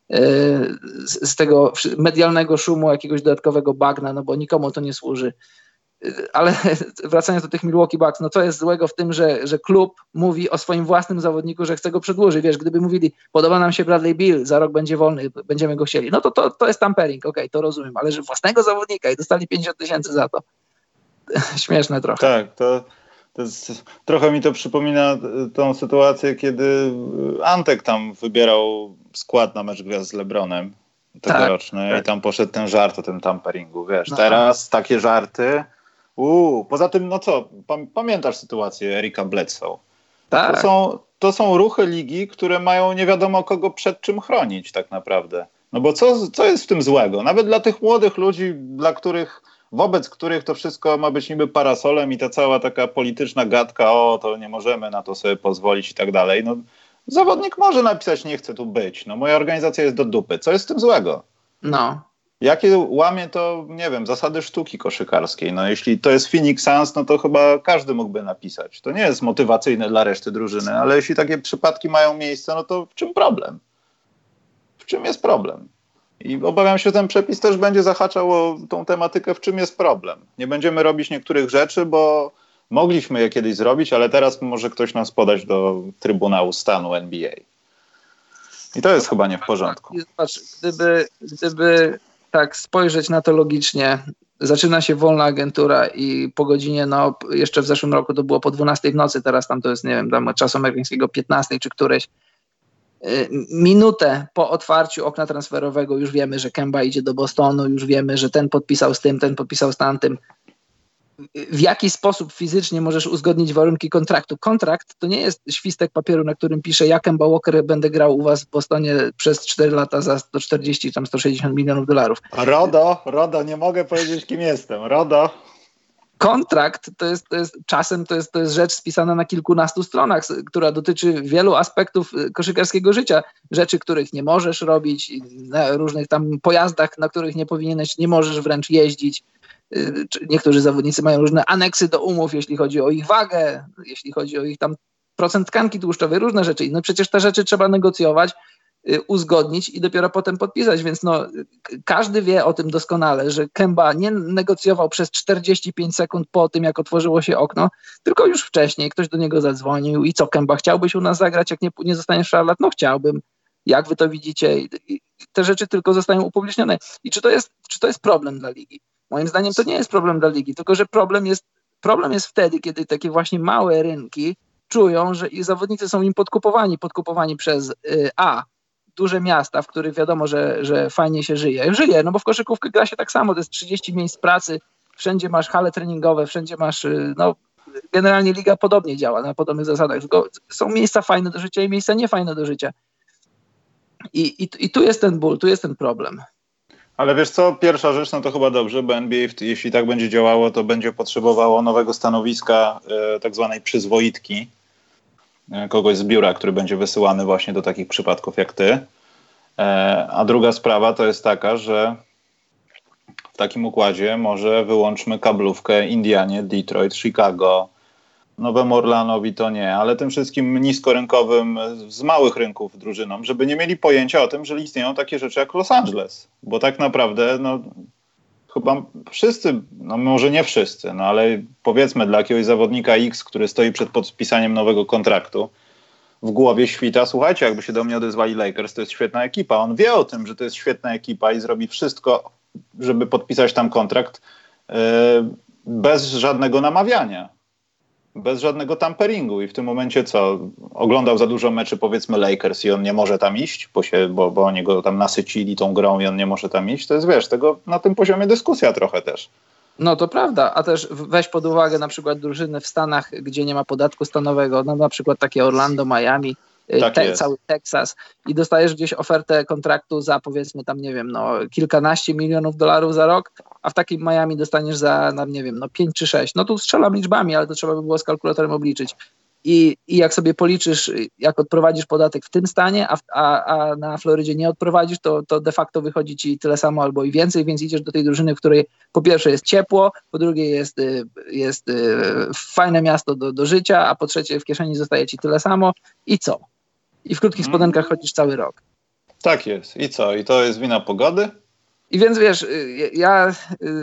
z tego medialnego szumu jakiegoś dodatkowego bagna, no bo nikomu to nie służy. Ale wracając do tych Milwaukee Bucks, no co jest złego w tym, że, że klub mówi o swoim własnym zawodniku, że chce go przedłużyć. Wiesz, gdyby mówili, podoba nam się Bradley Beal, za rok będzie wolny, będziemy go chcieli, no to to, to jest tampering, okej, okay, to rozumiem, ale że własnego zawodnika i dostali pięćdziesiąt tysięcy za to. Śmieszne trochę. Tak, to, to jest, trochę mi to przypomina tą sytuację, kiedy Antek tam wybierał skład na mecz gwiazd z LeBronem tegoroczny tak, tak. I tam poszedł ten żart o tym tamperingu, wiesz, no. Teraz takie żarty. Uuu, poza tym, no co, pamiętasz sytuację Erika Bledsoe? Tak. To są, to są ruchy ligi, które mają nie wiadomo kogo przed czym chronić tak naprawdę. No bo co, co jest w tym złego? Nawet dla tych młodych ludzi, dla których, wobec których to wszystko ma być niby parasolem i ta cała taka polityczna gadka, o to nie możemy na to sobie pozwolić i tak dalej. No zawodnik może napisać, nie chcę tu być. No moja organizacja jest do dupy. Co jest w tym złego? No. Jakie łamie to, nie wiem, zasady sztuki koszykarskiej. No jeśli to jest Phoenix Suns, no to chyba każdy mógłby napisać. To nie jest motywacyjne dla reszty drużyny, ale jeśli takie przypadki mają miejsce, no to w czym problem? W czym jest problem? I obawiam się, że ten przepis też będzie zahaczał o tą tematykę, w czym jest problem. Nie będziemy robić niektórych rzeczy, bo mogliśmy je kiedyś zrobić, ale teraz może ktoś nas podać do Trybunału Stanu N B A. I to jest chyba nie w porządku. Zobacz, gdyby, gdyby tak spojrzeć na to logicznie, zaczyna się wolna agentura i po godzinie, no jeszcze w zeszłym roku to było po dwunastej w nocy, teraz tam to jest, nie wiem, tam od czasu amerykańskiego piętnastej czy któreś, minutę po otwarciu okna transferowego już wiemy, że Kemba idzie do Bostonu, już wiemy, że ten podpisał z tym, ten podpisał z tamtym. W jaki sposób fizycznie możesz uzgodnić warunki kontraktu? Kontrakt to nie jest świstek papieru, na którym pisze, ja Kemba Walker będę grał u was w Bostonie przez cztery lata za sto czterdzieści, tam sto sześćdziesiąt milionów dolarów. Rodo, Rodo, nie mogę powiedzieć kim jestem. Rodo. Kontrakt to jest, to jest czasem to jest, to jest rzecz spisana na kilkunastu stronach, która dotyczy wielu aspektów koszykarskiego życia. Rzeczy, których nie możesz robić, na różnych tam pojazdach, na których nie powinieneś, nie możesz wręcz jeździć. Niektórzy zawodnicy mają różne aneksy do umów, jeśli chodzi o ich wagę, jeśli chodzi o ich tam procent tkanki tłuszczowej, różne rzeczy. No przecież te rzeczy trzeba negocjować, uzgodnić i dopiero potem podpisać, więc no każdy wie o tym doskonale, że Kemba nie negocjował przez czterdzieści pięć sekund po tym, jak otworzyło się okno, tylko już wcześniej ktoś do niego zadzwonił i co, Kemba, chciałbyś u nas zagrać, jak nie, nie zostaniesz w Charlotte? No chciałbym. Jak wy to widzicie? I, i te rzeczy tylko zostają upublicznione. I czy to jest, czy to jest problem dla ligi? Moim zdaniem to nie jest problem dla ligi, tylko że problem jest problem jest wtedy, kiedy takie właśnie małe rynki czują, że ich zawodnicy są im podkupowani, podkupowani przez y, A, duże miasta, w których wiadomo, że, że fajnie się żyje. Żyje, no bo w koszykówkę gra się tak samo, to jest trzydzieści miejsc pracy, wszędzie masz hale treningowe, wszędzie masz, y, no generalnie liga podobnie działa, na podobnych zasadach. Tylko są miejsca fajne do życia i miejsca niefajne do życia. I, i, i tu jest ten ból, tu jest ten problem. Ale wiesz co, pierwsza rzecz, no to chyba dobrze, bo N B A, jeśli tak będzie działało, to będzie potrzebowało nowego stanowiska, e, tak zwanej przyzwoitki, e, kogoś z biura, który będzie wysyłany właśnie do takich przypadków jak ty. E, a druga sprawa to jest taka, że w takim układzie może wyłączmy kablówkę Indianie, Detroit, Chicago, Nowemu Orleanowi to nie, ale tym wszystkim niskorynkowym z małych rynków drużynom, żeby nie mieli pojęcia o tym, że istnieją takie rzeczy jak Los Angeles. Bo tak naprawdę no, chyba wszyscy, no może nie wszyscy, no ale powiedzmy dla jakiegoś zawodnika X, który stoi przed podpisaniem nowego kontraktu, w głowie świta, słuchajcie, jakby się do mnie odezwali Lakers, to jest świetna ekipa. On wie o tym, że to jest świetna ekipa i zrobi wszystko, żeby podpisać tam kontrakt yy, bez żadnego namawiania. Bez żadnego tamperingu i w tym momencie co? Oglądał za dużo meczy powiedzmy Lakers i on nie może tam iść, bo, się, bo, bo oni go tam nasycili tą grą i on nie może tam iść. To jest, wiesz, tego na tym poziomie dyskusja trochę też. No to prawda, a też weź pod uwagę na przykład drużyny w Stanach, gdzie nie ma podatku stanowego, no na przykład takie Orlando, Miami, tak te, cały Teksas i dostajesz gdzieś ofertę kontraktu za powiedzmy tam, nie wiem, no kilkanaście milionów dolarów za rok, a w takim Miami dostaniesz za, no, nie wiem, no pięć czy sześć. No tu strzelam liczbami, ale to trzeba by było z kalkulatorem obliczyć. I, i jak sobie policzysz, jak odprowadzisz podatek w tym stanie, a, a, a na Florydzie nie odprowadzisz, to, to de facto wychodzi ci tyle samo albo i więcej, więc idziesz do tej drużyny, w której po pierwsze jest ciepło, po drugie jest, jest fajne miasto do, do życia, a po trzecie w kieszeni zostaje ci tyle samo i co? I w krótkich spodenkach chodzisz cały rok. Tak jest. I co? I to jest wina pogody? I więc wiesz, ja...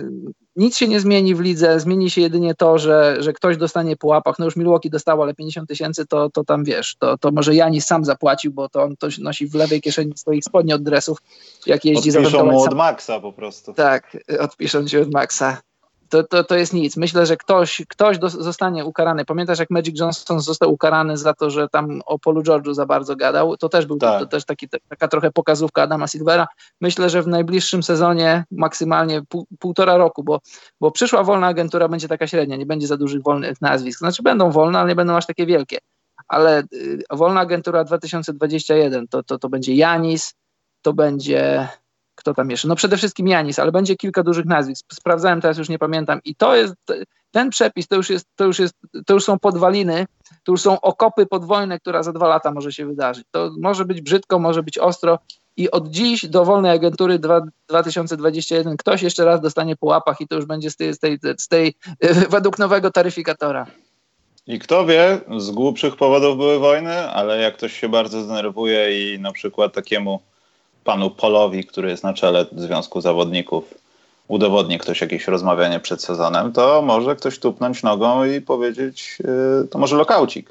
Nic się nie zmieni w lidze, zmieni się jedynie to, że, że ktoś dostanie po łapach. No już Milwaukee dostało, ale pięćdziesiąt tysięcy to, to tam wiesz, to, to może Janis sam zapłacił, bo to on to nosi w lewej kieszeni swoich spodni od dresów, jak jeździ za Odpiszą mu od Maxa po prostu. Tak, odpiszą ci od Maxa. To, to, to jest nic. Myślę, że ktoś, ktoś do, zostanie ukarany. Pamiętasz, jak Magic Johnson został ukarany za to, że tam o Paulu George'u za bardzo gadał? To też był tak. to też taki, taka trochę pokazówka Adama Silvera. Myślę, że w najbliższym sezonie maksymalnie pół, półtora roku, bo, bo przyszła wolna agentura będzie taka średnia, nie będzie za dużych wolnych nazwisk. Znaczy będą wolne, ale nie będą aż takie wielkie. Ale y, wolna agentura dwa tysiące dwudziesty pierwszy to, to, to będzie Janis, to będzie... Kto tam jeszcze? No przede wszystkim Janis, ale będzie kilka dużych nazwisk. Sprawdzałem, teraz już nie pamiętam. I to jest, ten przepis, to już jest, to już jest, to już są podwaliny, to już są okopy pod wojnę, która za dwa lata może się wydarzyć. To może być brzydko, może być ostro i od dziś do wolnej agentury dwa tysiące dwudziesty pierwszy ktoś jeszcze raz dostanie po łapach i to już będzie z tej, z tej, z tej według nowego taryfikatora. I kto wie, z głupszych powodów były wojny, ale jak ktoś się bardzo zdenerwuje i na przykład takiemu panu Polowi, który jest na czele Związku Zawodników, udowodni ktoś jakieś rozmawianie przed sezonem, to może ktoś tupnąć nogą i powiedzieć, yy, to może lokaucik.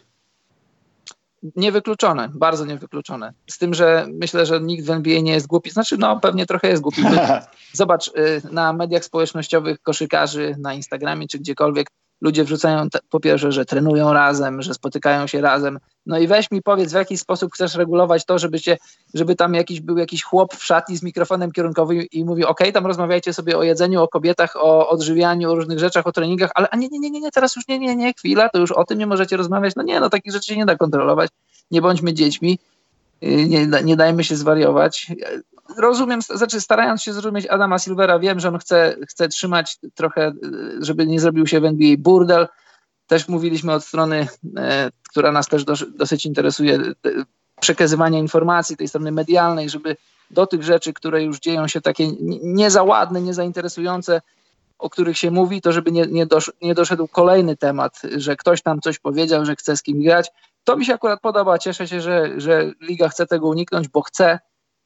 Niewykluczone, bardzo niewykluczone. Z tym, że myślę, że nikt w N B A nie jest głupi. Znaczy, no pewnie trochę jest głupi. Zobacz, yy, na mediach społecznościowych koszykarzy, na Instagramie czy gdziekolwiek ludzie wrzucają te, po pierwsze, że trenują razem, że spotykają się razem. No i weź mi powiedz, w jaki sposób chcesz regulować to, żeby, się, żeby tam jakiś był jakiś chłop w szatni z mikrofonem kierunkowym i mówi, okej, okay, tam rozmawiajcie sobie o jedzeniu, o kobietach, o odżywianiu, o różnych rzeczach, o treningach, ale a nie, nie, nie, nie, teraz już nie, nie, nie, chwila, to już o tym nie możecie rozmawiać. No nie, no takich rzeczy się nie da kontrolować. Nie bądźmy dziećmi, nie, nie dajmy się zwariować. Rozumiem, znaczy starając się zrozumieć Adama Silvera, wiem, że on chce, chce trzymać trochę, żeby nie zrobił się w N B A burdel. Też mówiliśmy od strony, e, która nas też dos, dosyć interesuje, e, przekazywania informacji tej strony medialnej, żeby do tych rzeczy, które już dzieją się takie nie za ładne, nie za interesujące, o których się mówi, to żeby nie, nie, dosz, nie doszedł kolejny temat, że ktoś tam coś powiedział, że chce z kim grać. To mi się akurat podoba, cieszę się, że, że Liga chce tego uniknąć, bo chce,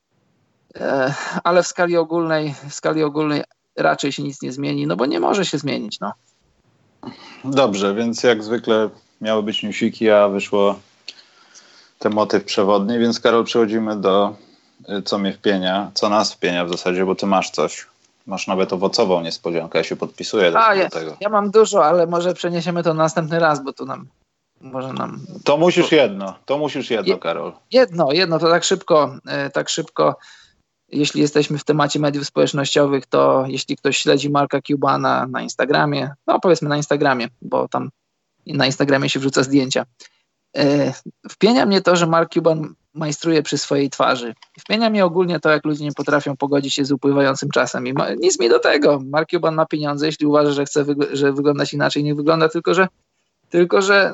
e, ale w skali ogólnej, w skali ogólnej raczej się nic nie zmieni, no bo nie może się zmienić, no. Dobrze, więc jak zwykle miały być newsiki, a wyszło ten motyw przewodni, więc Karol, przechodzimy do co mnie wpienia, co nas wpienia w zasadzie, bo ty masz coś. Masz nawet owocową niespodziankę, ja się podpisuję A, do ja, tego. ja mam dużo, ale może przeniesiemy to następny raz, bo tu nam może nam... To musisz jedno, to musisz jedno, Karol. Jedno, jedno, to tak szybko, tak szybko. Jeśli jesteśmy w temacie mediów społecznościowych, to jeśli ktoś śledzi Marka Cubana na Instagramie, no powiedzmy na Instagramie, bo tam na Instagramie się wrzuca zdjęcia. Wpienia mnie to, że Mark Cuban majstruje przy swojej twarzy. Wpienia mnie ogólnie to, jak ludzie nie potrafią pogodzić się z upływającym czasem. I ma, nic mi do tego. Mark Cuban ma pieniądze, jeśli uważa, że chce wygl- że wyglądać inaczej, nie wygląda, tylko że, tylko że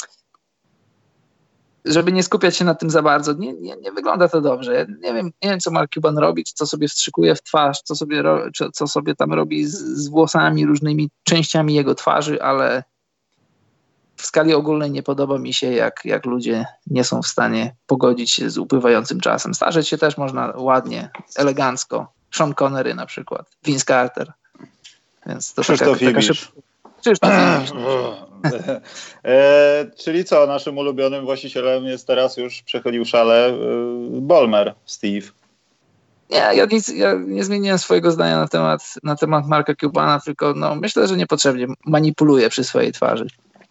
żeby nie skupiać się na tym za bardzo, nie, nie, nie wygląda to dobrze. Nie wiem, nie wiem, co Mark Cuban robi, czy co sobie wstrzykuje w twarz, co sobie, ro, czy, co sobie tam robi z, z włosami, różnymi częściami jego twarzy, ale w skali ogólnej nie podoba mi się, jak, jak ludzie nie są w stanie pogodzić się z upływającym czasem. Starzeć się też można ładnie, elegancko. Sean Connery na przykład, Vince Carter. Więc to Krzysztof taka, taka Ibisz. szyb... Krzysztof Ibisz. e, czyli co, naszym ulubionym właścicielem jest teraz już, przechylił szale, y, Ballmer, Steve. Nie, ja, nic, ja nie zmieniłem swojego zdania na temat, na temat Marka Cubana, tylko no, myślę, że niepotrzebnie manipuluje przy swojej twarzy.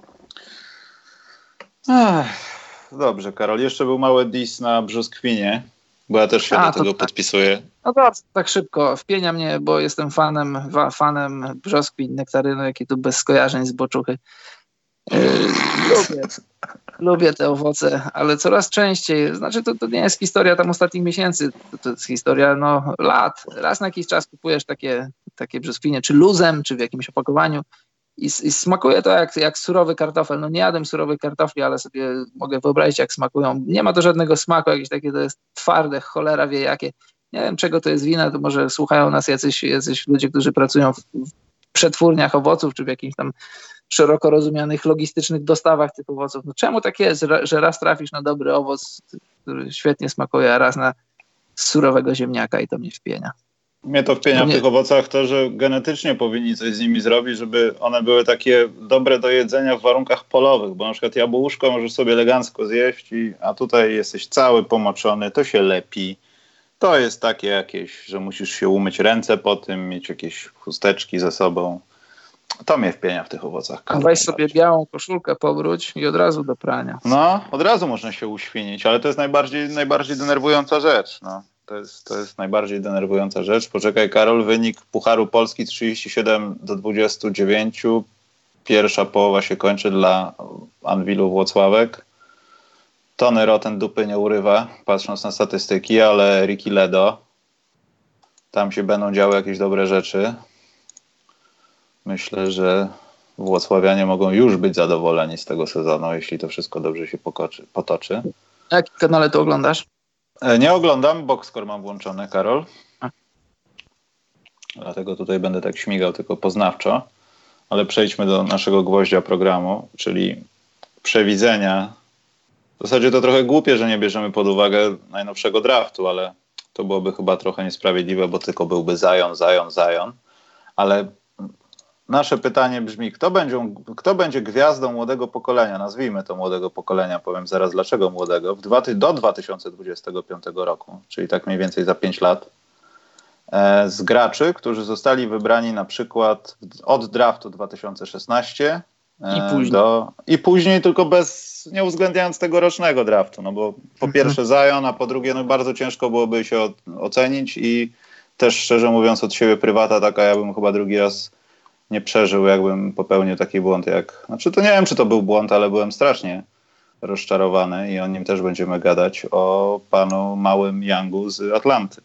Ech, dobrze, Karol. Jeszcze był mały diss na brzoskwinie, bo ja też się A, do tego tak. podpisuję. No dobrze, tak szybko. Wpienia mnie, bo jestem fanem, wa, fanem brzoskwin, nektarynu, jakie tu bez skojarzeń z boczuchy. Yy, lubię, lubię te owoce, ale coraz częściej, znaczy to, to nie jest historia tam ostatnich miesięcy, to, to jest historia no, lat. Raz na jakiś czas kupujesz takie, takie brzoskwinie, czy luzem, czy w jakimś opakowaniu i, i smakuje to jak, jak surowy kartofel. No nie jadłem surowych kartofli, ale sobie mogę wyobrazić, jak smakują. Nie ma to żadnego smaku, jakieś takie to jest twarde, cholera wie jakie. Nie wiem, czego to jest wina, to może słuchają nas jacyś, jacyś ludzie, którzy pracują w, w przetwórniach owoców, czy w jakichś tam szeroko rozumianych logistycznych dostawach tych owoców. No czemu tak jest, że raz trafisz na dobry owoc, który świetnie smakuje, a raz na surowego ziemniaka i to mnie wpienia. Mnie to wpienia w tych owocach to, że genetycznie powinni coś z nimi zrobić, żeby one były takie dobre do jedzenia w warunkach polowych, bo na przykład jabłuszko możesz sobie elegancko zjeść, i, a tutaj jesteś cały pomoczony, to się lepi. To jest takie jakieś, że musisz się umyć ręce po tym, mieć jakieś chusteczki ze sobą. To mnie wpienia w tych owocach. A weź sobie białą koszulkę, powróć i od razu do prania. No, od razu można się uświnić, ale to jest najbardziej, najbardziej denerwująca rzecz. No. To jest, to jest najbardziej denerwująca rzecz. Poczekaj, Karol, wynik Pucharu Polski trzydzieści siedem do dwudziestu dziewięciu. Pierwsza połowa się kończy dla Anwilu Włocławek. Tony Rotten dupy nie urywa, patrząc na statystyki, ale Ricky Ledo, tam się będą działy jakieś dobre rzeczy. Myślę, że włocławianie mogą już być zadowoleni z tego sezonu, jeśli to wszystko dobrze się pokoczy, potoczy. Na jakim kanale to oglądasz? Nie oglądam, Boxscore mam włączony, Karol. A. Dlatego tutaj będę tak śmigał tylko poznawczo. Ale przejdźmy do naszego gwoździa programu, czyli przewidzenia. W zasadzie to trochę głupie, że nie bierzemy pod uwagę najnowszego draftu, ale to byłoby chyba trochę niesprawiedliwe, bo tylko byłby Zion, Zion, Zion. Ale nasze pytanie brzmi, kto będzie, kto będzie gwiazdą młodego pokolenia, nazwijmy to młodego pokolenia, powiem zaraz dlaczego młodego, w dwa, do dwa tysiące dwudziestego piątego roku, czyli tak mniej więcej za pięć lat, e, z graczy, którzy zostali wybrani na przykład od draftu dwa tysiące szesnastego e, I później. do, i później tylko bez, nie uwzględniając tegorocznego draftu, no bo po mhm. pierwsze Zion, a po drugie no bardzo ciężko byłoby się od, ocenić i też szczerze mówiąc od siebie prywata taka, ja bym chyba drugi raz nie przeżył, jakbym popełnił taki błąd jak... Znaczy to nie wiem, czy to był błąd, ale byłem strasznie rozczarowany i o nim też będziemy gadać, o panu małym Youngu z Atlanty.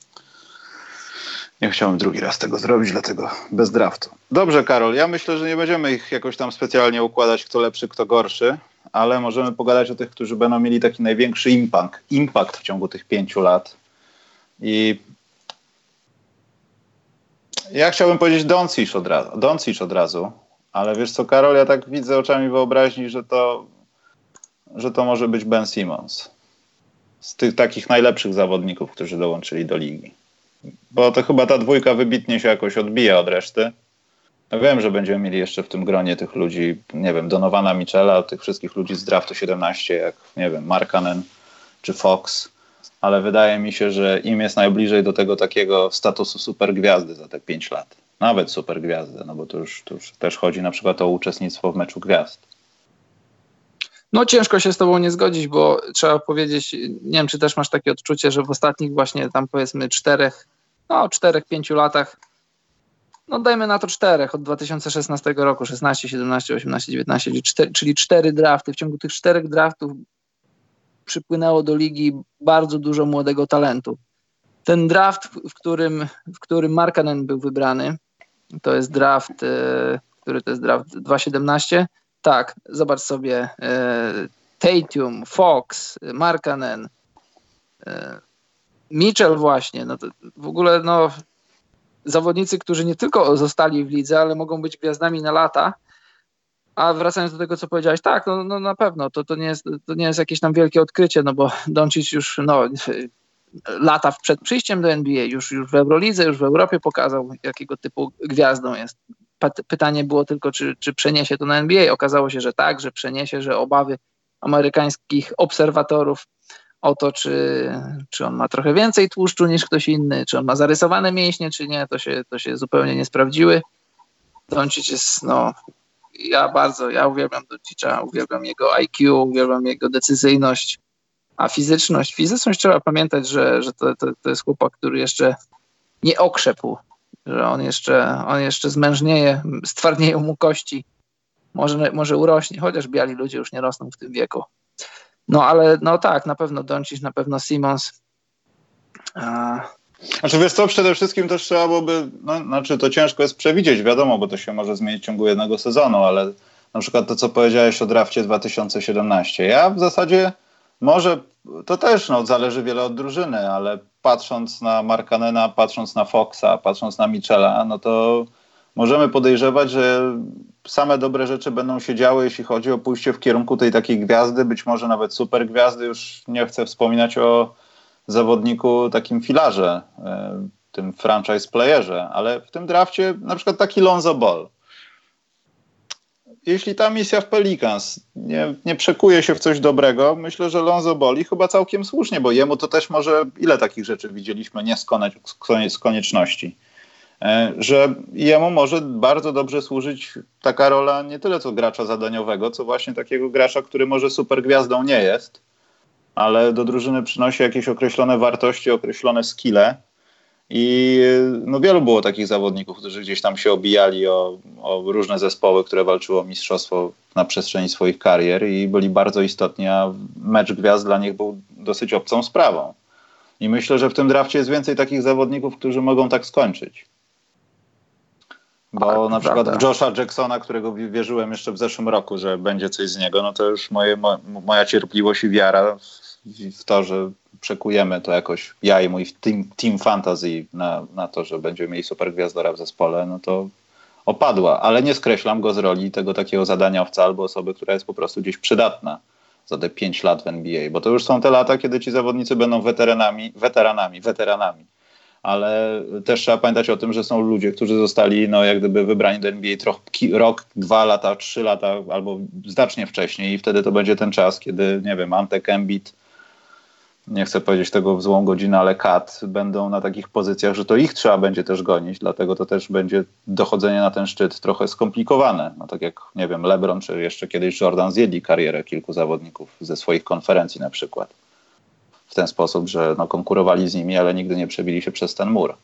Nie chciałem drugi raz tego zrobić, dlatego bez draftu. Dobrze, Karol, ja myślę, że nie będziemy ich jakoś tam specjalnie układać, kto lepszy, kto gorszy, ale możemy pogadać o tych, którzy będą mieli taki największy impact, impact w ciągu tych pięciu lat. I ja chciałbym powiedzieć Doncic od razu, Doncic od razu, ale wiesz co, Karol, ja tak widzę oczami wyobraźni, że to, że to może być Ben Simmons. Z tych takich najlepszych zawodników, którzy dołączyli do ligi. Bo to chyba ta dwójka wybitnie się jakoś odbija od reszty. Ja wiem, że będziemy mieli jeszcze w tym gronie tych ludzi, nie wiem, Donovana Mitchella, tych wszystkich ludzi z draftu siedemnaście, jak, nie wiem, Markkanen czy Fox, ale wydaje mi się, że im jest najbliżej do tego takiego statusu supergwiazdy za te pięć lat. Nawet supergwiazdy, no bo to już, to już też chodzi na przykład o uczestnictwo w meczu gwiazd. No ciężko się z tobą nie zgodzić, bo trzeba powiedzieć, nie wiem, czy też masz takie odczucie, że w ostatnich właśnie tam powiedzmy czterech, no czterech, pięciu latach, no dajmy na to czterech, od dwa tysiące szesnastego roku, szesnaście, siedemnaście, osiemnaście, dziewiętnaście, czyli cztery, czyli cztery drafty. W ciągu tych czterech draftów przypłynęło do ligi bardzo dużo młodego talentu. Ten draft, w którym, w którym Markkanen był wybrany, to jest draft, e, który to jest draft dwa tysiące siedemnaście. Tak, zobacz sobie e, Tatum, Fox, Markkanen, e, Mitchell właśnie. No to w ogóle no, zawodnicy, którzy nie tylko zostali w lidze, ale mogą być gwiazdami na lata. A wracając do tego, co powiedziałeś, tak, no, no na pewno, to, to, nie jest, to nie jest jakieś tam wielkie odkrycie, no bo Doncic już no, lata przed przyjściem do N B A, już, już w Eurolidze, już w Europie pokazał, jakiego typu gwiazdą jest. Pytanie było tylko, czy, czy przeniesie to na N B A. Okazało się, że tak, że przeniesie, że obawy amerykańskich obserwatorów o to, czy, czy on ma trochę więcej tłuszczu niż ktoś inny, czy on ma zarysowane mięśnie, czy nie, to się, to się zupełnie nie sprawdziły. Doncic jest, no, ja bardzo, ja uwielbiam Doncicza, uwielbiam jego I Q, uwielbiam jego decyzyjność, a fizyczność, fizyczność trzeba pamiętać, że, że to, to, to jest chłopak, który jeszcze nie okrzepł, że on jeszcze, on jeszcze zmężnieje, stwardnieją mu kości, może, może urośnie, chociaż biali ludzie już nie rosną w tym wieku. No ale no tak, na pewno Doncic, na pewno Simmons. A... Znaczy wiesz co, przede wszystkim też trzeba byłoby, no, znaczy to ciężko jest przewidzieć, wiadomo, bo to się może zmienić w ciągu jednego sezonu, ale na przykład to, co powiedziałeś o drafcie dwa tysiące siedemnaście. Ja w zasadzie może, to też no, zależy wiele od drużyny, ale patrząc na Markkanena, patrząc na Foxa, patrząc na Mitchella, no to możemy podejrzewać, że same dobre rzeczy będą się działy, jeśli chodzi o pójście w kierunku tej takiej gwiazdy, być może nawet super gwiazdy. Już nie chcę wspominać o zawodniku, takim filarze, tym franchise playerze, ale w tym drafcie na przykład taki Lonzo Ball. Jeśli ta misja w Pelicans nie, nie przekuje się w coś dobrego, myślę, że Lonzo Ball i chyba całkiem słusznie, bo jemu to też może, ile takich rzeczy widzieliśmy, nie z, koniec, z konieczności, że jemu może bardzo dobrze służyć taka rola nie tyle co gracza zadaniowego, co właśnie takiego gracza, który może super gwiazdą nie jest, ale do drużyny przynosi jakieś określone wartości, określone skille. I no, wielu było takich zawodników, którzy gdzieś tam się obijali o, o różne zespoły, które walczyło o mistrzostwo na przestrzeni swoich karier i byli bardzo istotni, a mecz gwiazd dla nich był dosyć obcą sprawą. I myślę, że w tym drafcie jest więcej takich zawodników, którzy mogą tak skończyć. Bo a, na przykład prawda. w Josha Jacksona, którego wierzyłem jeszcze w zeszłym roku, że będzie coś z niego, no to już moje, mo, moja cierpliwość i wiara w, w to, że przekujemy to jakoś, ja i mój team, team fantasy na, na to, że będziemy mieli super gwiazdora w zespole, no to opadła. Ale nie skreślam go z roli tego takiego zadaniowca albo osoby, która jest po prostu gdzieś przydatna za te pięć lat w N B A. Bo to już są te lata, kiedy ci zawodnicy będą weteranami, weteranami, weteranami. Ale też trzeba pamiętać o tym, że są ludzie, którzy zostali no, jak gdyby wybrani do N B A trochę, rok, dwa lata, trzy lata albo znacznie wcześniej i wtedy to będzie ten czas, kiedy, nie wiem, Antek, Embiid, nie chcę powiedzieć tego w złą godzinę, ale Kat będą na takich pozycjach, że to ich trzeba będzie też gonić, dlatego to też będzie dochodzenie na ten szczyt trochę skomplikowane. No tak jak, nie wiem, LeBron czy jeszcze kiedyś Jordan zjedli karierę kilku zawodników ze swoich konferencji na przykład. W ten sposób, że no, konkurowali z nimi, ale nigdy nie przebili się przez ten mur.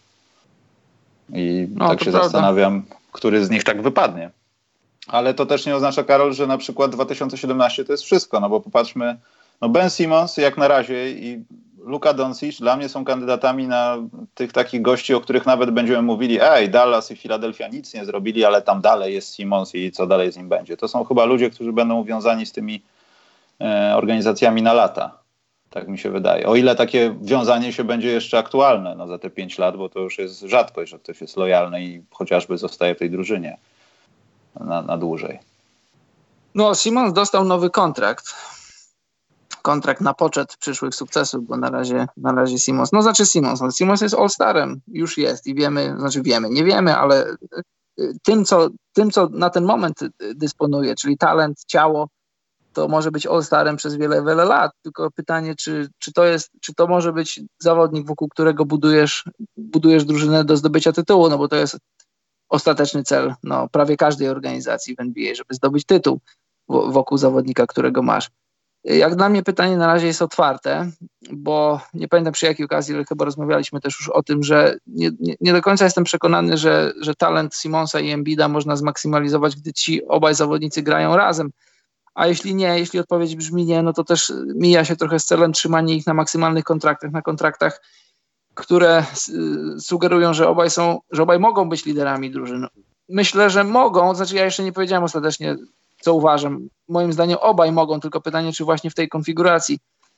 I no, tak się prawda. Zastanawiam, który z nich tak wypadnie. Ale to też nie oznacza, Karol, że na przykład dwa tysiące siedemnaście to jest wszystko, no bo popatrzmy, no Ben Simmons jak na razie i Luka Doncic dla mnie są kandydatami na tych takich gości, o których nawet będziemy mówili, ej, Dallas i Philadelphia nic nie zrobili, ale tam dalej jest Simmons i co dalej z nim będzie. To są chyba ludzie, którzy będą uwiązani z tymi e, organizacjami na lata. Tak mi się wydaje. O ile takie wiązanie się będzie jeszcze aktualne no, za te pięć lat, bo to już jest rzadkość, że ktoś jest lojalny i chociażby zostaje w tej drużynie na, na dłużej. No, Simmons dostał nowy kontrakt. Kontrakt na poczet przyszłych sukcesów, bo na razie, na razie Simmons, no znaczy Simmons, no, Simmons jest all-starem, już jest i wiemy, znaczy wiemy, nie wiemy, ale tym co, tym, co na ten moment dysponuje, czyli talent, ciało, to może być all-starem przez wiele, wiele lat, tylko pytanie, czy, czy, to jest, czy to może być zawodnik, wokół którego budujesz, budujesz drużynę do zdobycia tytułu, no bo to jest ostateczny cel no, prawie każdej organizacji w N B A, żeby zdobyć tytuł wokół zawodnika, którego masz. Jak dla mnie pytanie na razie jest otwarte, bo nie pamiętam przy jakiej okazji, ale chyba rozmawialiśmy też już o tym, że nie, nie, nie do końca jestem przekonany, że, że talent Simonsa i Embida można zmaksymalizować, gdy ci obaj zawodnicy grają razem. A jeśli nie, jeśli odpowiedź brzmi nie, no to też mija się trochę z celem trzymania ich na maksymalnych kontraktach, na kontraktach, które sugerują, że obaj są, że obaj mogą być liderami drużyny. Myślę, że mogą, znaczy ja jeszcze nie powiedziałem ostatecznie, co uważam. Moim zdaniem obaj mogą, tylko pytanie, czy właśnie w tej konfiguracji.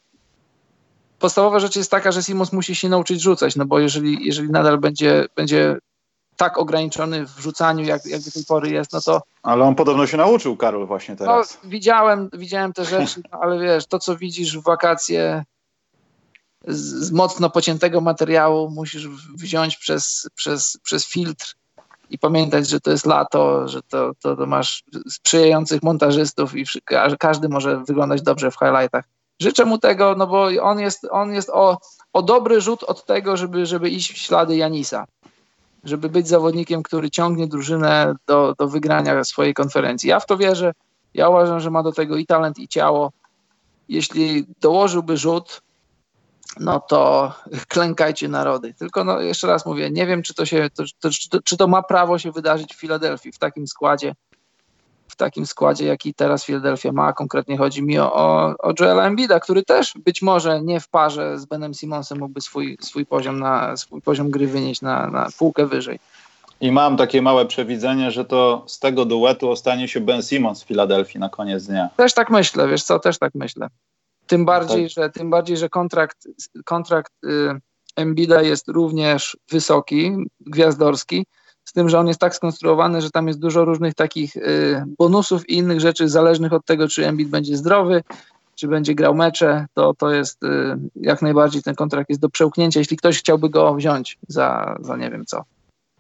Podstawowa rzecz jest taka, że Simons musi się nauczyć rzucać, no bo jeżeli, jeżeli nadal będzie, będzie tak ograniczony w rzucaniu, jak, jak do tej pory jest, no to... Ale on podobno się nauczył, Karol, właśnie teraz. No, widziałem, widziałem te rzeczy, no, ale wiesz, to co widzisz w wakacje z, z mocno pociętego materiału musisz wziąć przez, przez, przez filtr i pamiętać, że to jest lato, że to, to, to masz sprzyjających montażystów i każdy może wyglądać dobrze w highlightach. Życzę mu tego, no bo on jest, on jest o, o dobry rzut od tego, żeby, żeby iść w ślady Janisa. Żeby być zawodnikiem, który ciągnie drużynę do, do wygrania swojej konferencji. Ja w to wierzę. Ja uważam, że ma do tego i talent, i ciało. Jeśli dołożyłby rzut, no to klękajcie narody. Tylko no, jeszcze raz mówię, nie wiem, czy to, się, to, to, czy, to, czy to ma prawo się wydarzyć w Filadelfii w takim składzie, w takim składzie, jaki teraz Filadelfia ma. Konkretnie chodzi mi o, o, o Joela Embida, który też być może nie w parze z Benem Simonsem mógłby swój, swój, poziom, na, swój poziom gry wynieść na, na półkę wyżej. I mam takie małe przewidzenie, że to z tego duetu ostanie się Ben Simmons w Filadelfii na koniec dnia. Też tak myślę, wiesz co, też tak myślę. Tym bardziej, tak. że, tym bardziej, że kontrakt, kontrakt y, Embida jest również wysoki, gwiazdorski, z tym, że on jest tak skonstruowany, że tam jest dużo różnych takich y, bonusów i innych rzeczy zależnych od tego, czy Embiid będzie zdrowy, czy będzie grał mecze, to, to jest y, jak najbardziej ten kontrakt jest do przełknięcia, jeśli ktoś chciałby go wziąć za, za nie wiem co.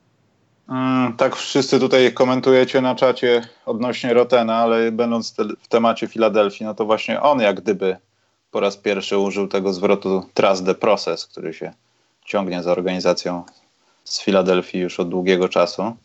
Mm, tak wszyscy tutaj komentujecie na czacie odnośnie Rotena, ale będąc te, w temacie Filadelfii, no to właśnie on jak gdyby po raz pierwszy użył tego zwrotu trust the process, który się ciągnie za organizacją z Filadelfii już od długiego czasu.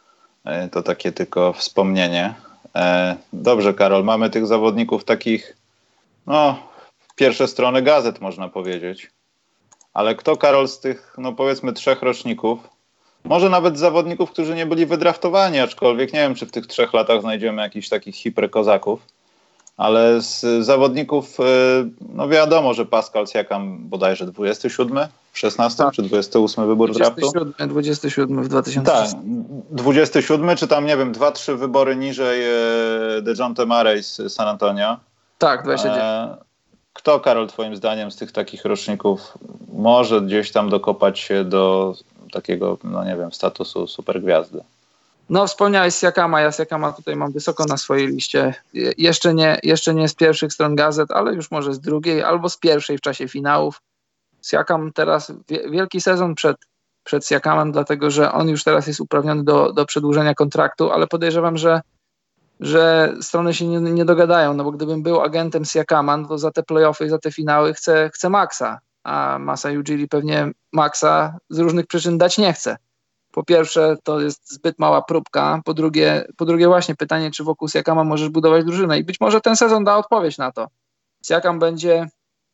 To takie tylko wspomnienie. Dobrze, Karol, mamy tych zawodników takich, no, pierwsze strony gazet można powiedzieć. Ale kto, Karol, z tych, no powiedzmy, trzech roczników, może nawet zawodników, którzy nie byli wydraftowani, aczkolwiek nie wiem, czy w tych trzech latach znajdziemy jakichś takich hiperkozaków, ale z zawodników, no wiadomo, że Pascal Siakam bodajże dwudziesty siódmy w szesnastym tak. czy dwudziesty ósmy wybór draftu? dwudziesty siódmy w dwa tysiące szesnastym. Tak, dwudziesty siódmy, czy tam, nie wiem, dwa, trzy wybory niżej DeJounte Murray z San Antonio. Tak, dwadzieścia dziewięć. Kto, Karol, twoim zdaniem z tych takich roczników może gdzieś tam dokopać się do takiego, no nie wiem, statusu supergwiazdy? No wspomniałeś Siakama, ja Siakama tutaj mam wysoko na swojej liście. Je- jeszcze, nie, jeszcze nie z pierwszych stron gazet, ale już może z drugiej albo z pierwszej w czasie finałów. Siakam teraz, wie, wielki sezon przed, przed Siakamem, dlatego że on już teraz jest uprawniony do, do przedłużenia kontraktu, ale podejrzewam, że, że strony się nie, nie dogadają, no bo gdybym był agentem Siakama, no to za te playoffy i za te finały chcę, chcę Maxa, a Masai Ujiri pewnie Maxa z różnych przyczyn dać nie chce. Po pierwsze, to jest zbyt mała próbka. Po drugie, po drugie właśnie pytanie, czy wokół Siakama możesz budować drużynę. I być może ten sezon da odpowiedź na to. Siakam będzie,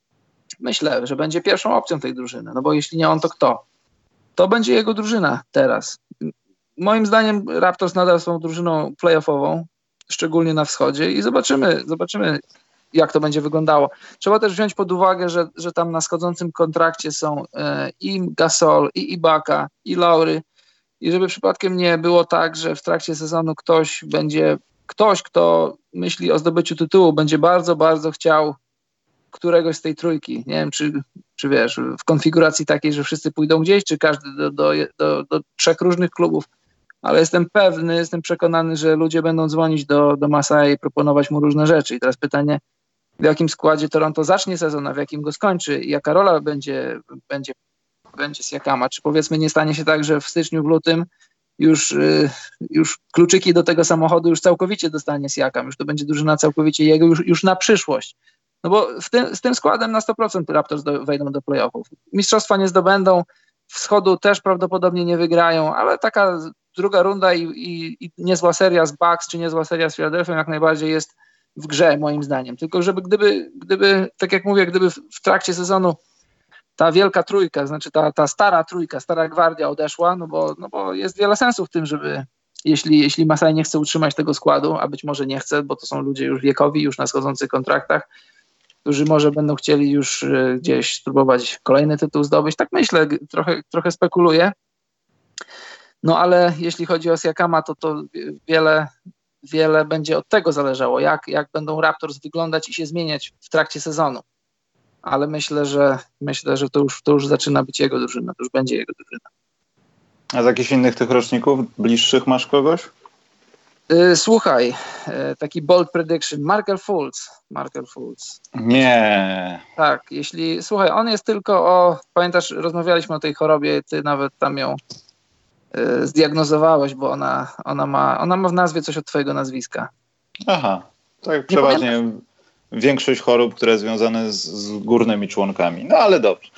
myślę, że będzie pierwszą opcją tej drużyny. No bo jeśli nie on, to kto? To będzie jego drużyna teraz. Moim zdaniem Raptors nadal są drużyną playoffową, szczególnie na wschodzie i zobaczymy, zobaczymy jak to będzie wyglądało. Trzeba też wziąć pod uwagę, że, że tam na schodzącym kontrakcie są e, i Gasol, i Ibaka, i Lowry. I żeby przypadkiem nie było tak, że w trakcie sezonu ktoś będzie, ktoś, kto myśli o zdobyciu tytułu, będzie bardzo, bardzo chciał któregoś z tej trójki. Nie wiem, czy, czy wiesz, w konfiguracji takiej, że wszyscy pójdą gdzieś, czy każdy do, do, do, do trzech różnych klubów. Ale jestem pewny, jestem przekonany, że ludzie będą dzwonić do, do Masai i proponować mu różne rzeczy. I teraz pytanie, w jakim składzie Toronto zacznie sezon, a w jakim go skończy i jaka rola będzie, będzie będzie Siakama. Czy powiedzmy nie stanie się tak, że w styczniu, w lutym już, już kluczyki do tego samochodu już całkowicie dostanie Siakam, już to będzie drużyna całkowicie jego, już, już na przyszłość. No bo w tym, z tym składem na sto procent Raptors do, wejdą do playoffów. Mistrzostwa nie zdobędą, wschodu też prawdopodobnie nie wygrają, ale taka druga runda i, i, i niezła seria z Bucks, czy niezła seria z Philadelphia jak najbardziej jest w grze, moim zdaniem. Tylko żeby gdyby, gdyby tak jak mówię, gdyby w, w trakcie sezonu ta wielka trójka, znaczy ta, ta stara trójka, stara gwardia odeszła, no bo, no bo jest wiele sensu w tym, żeby jeśli, jeśli Masai nie chce utrzymać tego składu, a być może nie chce, bo to są ludzie już wiekowi, już na schodzących kontraktach, którzy może będą chcieli już gdzieś spróbować kolejny tytuł zdobyć. Tak myślę, trochę, trochę spekuluję. No ale jeśli chodzi o Siakama, to to wiele, wiele będzie od tego zależało, jak, jak będą Raptors wyglądać i się zmieniać w trakcie sezonu. Ale myślę, że myślę, że to już, to już zaczyna być jego drużyna, to już będzie jego drużyna. A z jakichś innych tych roczników bliższych masz kogoś? Yy, słuchaj, yy, taki bold prediction, Markel Fultz. Markel Fultz. Nie. Tak, jeśli, słuchaj, on jest tylko o, pamiętasz, rozmawialiśmy o tej chorobie, ty nawet tam ją yy, zdiagnozowałeś, bo ona, ona, ma, ona ma w nazwie coś od twojego nazwiska. Aha, tak przeważnie pamiętasz? Większość chorób, które związane z, z górnymi członkami, no ale dobrze.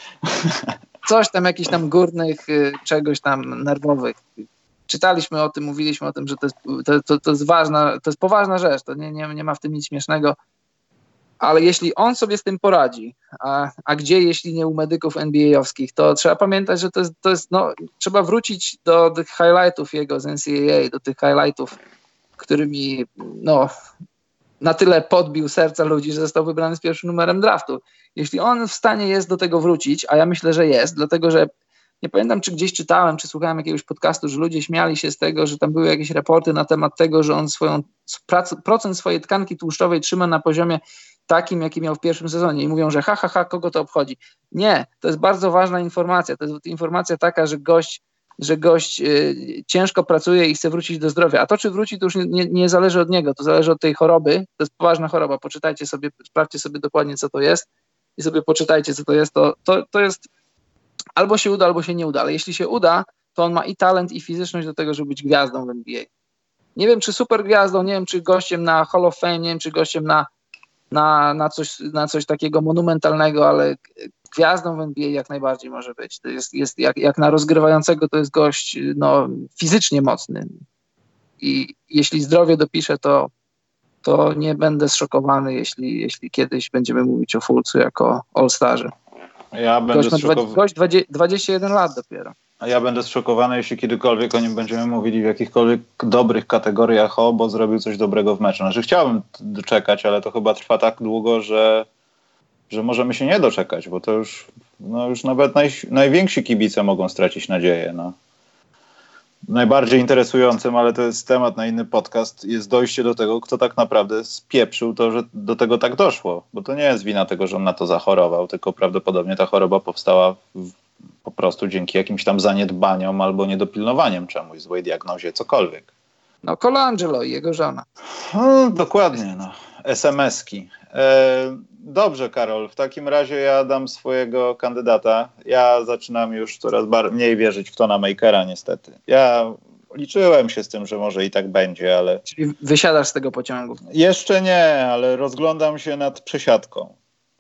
Coś tam, jakichś tam górnych, yy, czegoś tam nerwowych. Czytaliśmy o tym, mówiliśmy o tym, że to jest, to, to, to jest ważna, to jest poważna rzecz, to nie, nie, nie ma w tym nic śmiesznego, ale jeśli on sobie z tym poradzi, a, a gdzie jeśli nie u medyków N B A-owskich, to trzeba pamiętać, że to jest, to jest no, trzeba wrócić do tych highlightów jego z N C A A, do tych highlightów, którymi no, na tyle podbił serca ludzi, że został wybrany z pierwszym numerem draftu. Jeśli on w stanie jest do tego wrócić, a ja myślę, że jest, dlatego że nie pamiętam, czy gdzieś czytałem, czy słuchałem jakiegoś podcastu, że ludzie śmiali się z tego, że tam były jakieś raporty na temat tego, że on swoją prac, procent swojej tkanki tłuszczowej trzyma na poziomie takim, jaki miał w pierwszym sezonie i mówią, że ha, ha, ha, kogo to obchodzi. Nie, to jest bardzo ważna informacja. To jest informacja taka, że gość, że gość yy, ciężko pracuje i chce wrócić do zdrowia. A to, czy wróci, to już nie, nie zależy od niego, to zależy od tej choroby. To jest poważna choroba. Poczytajcie sobie, sprawdźcie sobie dokładnie, co to jest i sobie poczytajcie, co to jest. To, to, to jest albo się uda, albo się nie uda, ale jeśli się uda, to on ma i talent, i fizyczność do tego, żeby być gwiazdą w N B A. Nie wiem, czy super gwiazdą, nie wiem, czy gościem na Hall of Fame, nie wiem, czy gościem na, na, na, coś, na coś takiego monumentalnego, ale gwiazdą w N B A jak najbardziej może być. To jest, jest jak, jak na rozgrywającego, to jest gość no, fizycznie mocny. I jeśli zdrowie dopisze, to, to nie będę zszokowany, jeśli, jeśli kiedyś będziemy mówić o Fultzu jako All-Starze. Ja będę gość ma zszokowany. Gość dwadzieścia jeden lat dopiero. A ja będę zszokowany, jeśli kiedykolwiek o nim będziemy mówili w jakichkolwiek dobrych kategoriach, o, bo zrobił coś dobrego w meczu. Znaczy chciałbym doczekać, ale to chyba trwa tak długo, że, że możemy się nie doczekać, bo to już, no już nawet naj, najwięksi kibice mogą stracić nadzieję. No. Najbardziej interesującym, ale to jest temat na inny podcast, jest dojście do tego, kto tak naprawdę spieprzył to, że do tego tak doszło. Bo to nie jest wina tego, że on na to zachorował, tylko prawdopodobnie ta choroba powstała w, po prostu dzięki jakimś tam zaniedbaniom albo niedopilnowaniom czemuś, złej diagnozie, cokolwiek. No Colangelo i jego żona. No, dokładnie, no. es em eski. E, dobrze, Karol, w takim razie ja dam swojego kandydata. Ja zaczynam już coraz bar- mniej wierzyć w Tona Makera, niestety. Ja liczyłem się z tym, że może i tak będzie, ale... Czyli wysiadasz z tego pociągu? Jeszcze nie, ale rozglądam się nad przesiadką.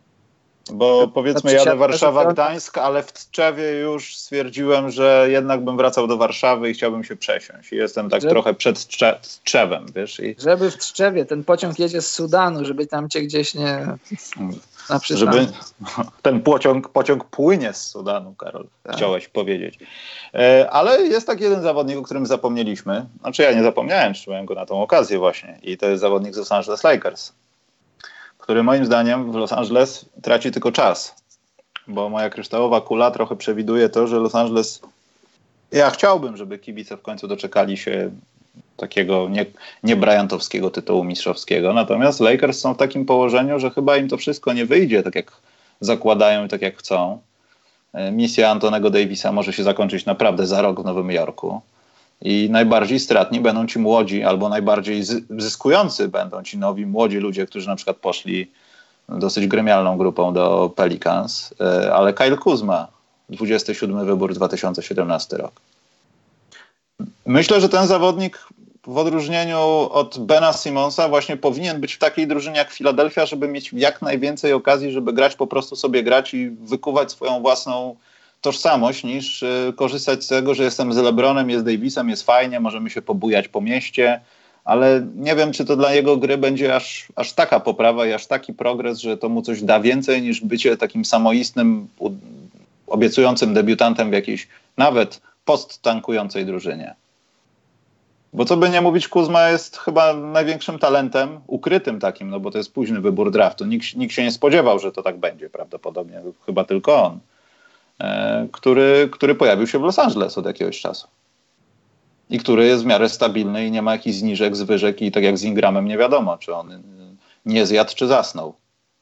Bo powiedzmy jadę Warszawa-Gdańsk, ale w Tczewie już stwierdziłem, że jednak bym wracał do Warszawy i chciałbym się przesiąść. I jestem tak żeby, trochę przed Tczewem, wiesz. I... Żeby w Tczewie, ten pociąg jedzie z Sudanu, żeby tam cię gdzieś nie... Na żeby ten pociąg, pociąg płynie z Sudanu, Karol, tak. Chciałeś powiedzieć. E, ale jest taki jeden zawodnik, o którym zapomnieliśmy. Znaczy ja nie zapomniałem, trzymałem go na tą okazję właśnie. I to jest zawodnik z Los Angeles Lakers, który moim zdaniem w Los Angeles traci tylko czas, bo moja kryształowa kula trochę przewiduje to, że Los Angeles, ja chciałbym, żeby kibice w końcu doczekali się takiego nie, nie Bryantowskiego tytułu mistrzowskiego, natomiast Lakers są w takim położeniu, że chyba im to wszystko nie wyjdzie tak jak zakładają i tak jak chcą. Misja Antonego Davisa może się zakończyć naprawdę za rok w Nowym Jorku. I najbardziej stratni będą ci młodzi, albo najbardziej zyskujący będą ci nowi, młodzi ludzie, którzy na przykład poszli dosyć gremialną grupą do Pelicans, ale Kyle Kuzma, dwudziesty siódmy wybór, dwa tysiące siedemnasty rok. Myślę, że ten zawodnik w odróżnieniu od Bena Simmonsa właśnie powinien być w takiej drużynie jak Philadelphia, żeby mieć jak najwięcej okazji, żeby grać, po prostu sobie grać i wykuwać swoją własną tożsamość, niż y, korzystać z tego, że jestem z LeBronem, jest Davisem, jest fajnie, możemy się pobujać po mieście, ale nie wiem, czy to dla jego gry będzie aż, aż taka poprawa i aż taki progres, że to mu coś da więcej niż bycie takim samoistnym, u, obiecującym debiutantem w jakiejś nawet post-tankującej drużynie. Bo co by nie mówić, Kuzma jest chyba największym talentem, ukrytym takim, no bo to jest późny wybór draftu. Nikt, nikt się nie spodziewał, że to tak będzie prawdopodobnie, chyba tylko on, e, który, który pojawił się w Los Angeles od jakiegoś czasu. I który jest w miarę stabilny i nie ma jakichś zniżek, zwyżek i tak jak z Ingramem nie wiadomo, czy on nie zjadł, czy zasnął.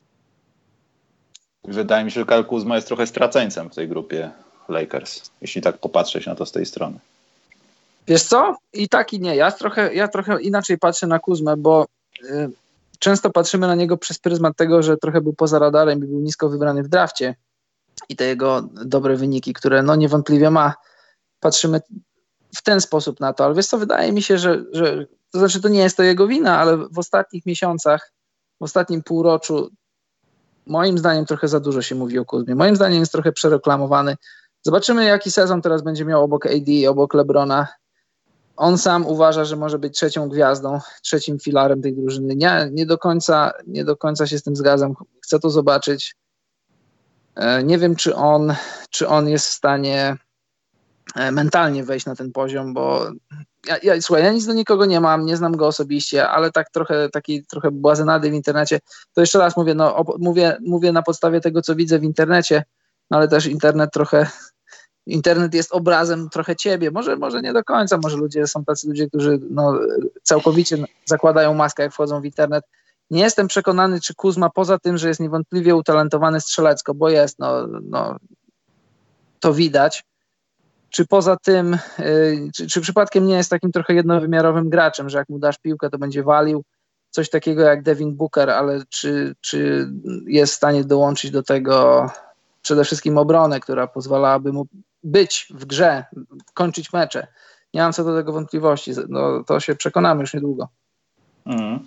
Wydaje mi się, że Kyle Kuzma jest trochę straceńcem w tej grupie Lakers, jeśli tak popatrzeć na to z tej strony. Wiesz co? I tak i nie. Ja trochę, ja trochę inaczej patrzę na Kuzmę, bo y, często patrzymy na niego przez pryzmat tego, że trochę był poza radarem i był nisko wybrany w drafcie i te jego dobre wyniki, które no niewątpliwie ma. Patrzymy w ten sposób na to, ale wiesz co, wydaje mi się, że, że to znaczy to nie jest to jego wina, ale w ostatnich miesiącach, w ostatnim półroczu moim zdaniem trochę za dużo się mówi o Kuzmie. Moim zdaniem jest trochę przereklamowany. Zobaczymy, jaki sezon teraz będzie miał obok A D i obok LeBrona. On sam uważa, że może być trzecią gwiazdą, trzecim filarem tej drużyny. Nie, nie do końca, nie do końca się z tym zgadzam. Chcę to zobaczyć. Nie wiem, czy on, czy on jest w stanie mentalnie wejść na ten poziom, bo ja, ja, słuchaj, ja nic do nikogo nie mam, nie znam go osobiście, ale tak trochę takiej trochę błazenady w internecie, to jeszcze raz mówię, no, op- mówię, mówię na podstawie tego, co widzę w internecie, no, ale też internet trochę, internet jest obrazem trochę ciebie, może, może nie do końca, może ludzie są tacy ludzie, którzy no, całkowicie zakładają maskę, jak wchodzą w internet. Nie jestem przekonany, czy Kuzma, poza tym, że jest niewątpliwie utalentowany strzelecko, bo jest, no, no to widać, czy poza tym, yy, czy, czy przypadkiem nie jest takim trochę jednowymiarowym graczem, że jak mu dasz piłkę, to będzie walił, coś takiego jak Devin Booker, ale czy, czy jest w stanie dołączyć do tego przede wszystkim obronę, która pozwalałaby mu być w grze, kończyć mecze. Nie mam co do tego wątpliwości, no, to się przekonamy już niedługo. Mm.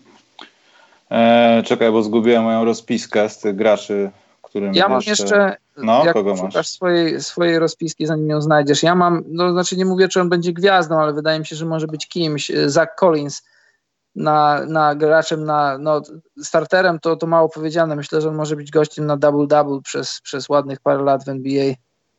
Eee, czekaj, bo zgubiłem moją rozpiskę z tych graczy, którym ja mam jeszcze, jeszcze no, jak kogo szukasz masz? swojej, swojej rozpiski, zanim ją znajdziesz. Ja mam, no znaczy nie mówię, czy on będzie gwiazdą, ale wydaje mi się, że może być kimś. Zach Collins na, na graczem, na no, starterem, to, to mało powiedziane. Myślę, że on może być gościem na double-double przez, przez ładnych parę lat w N B A.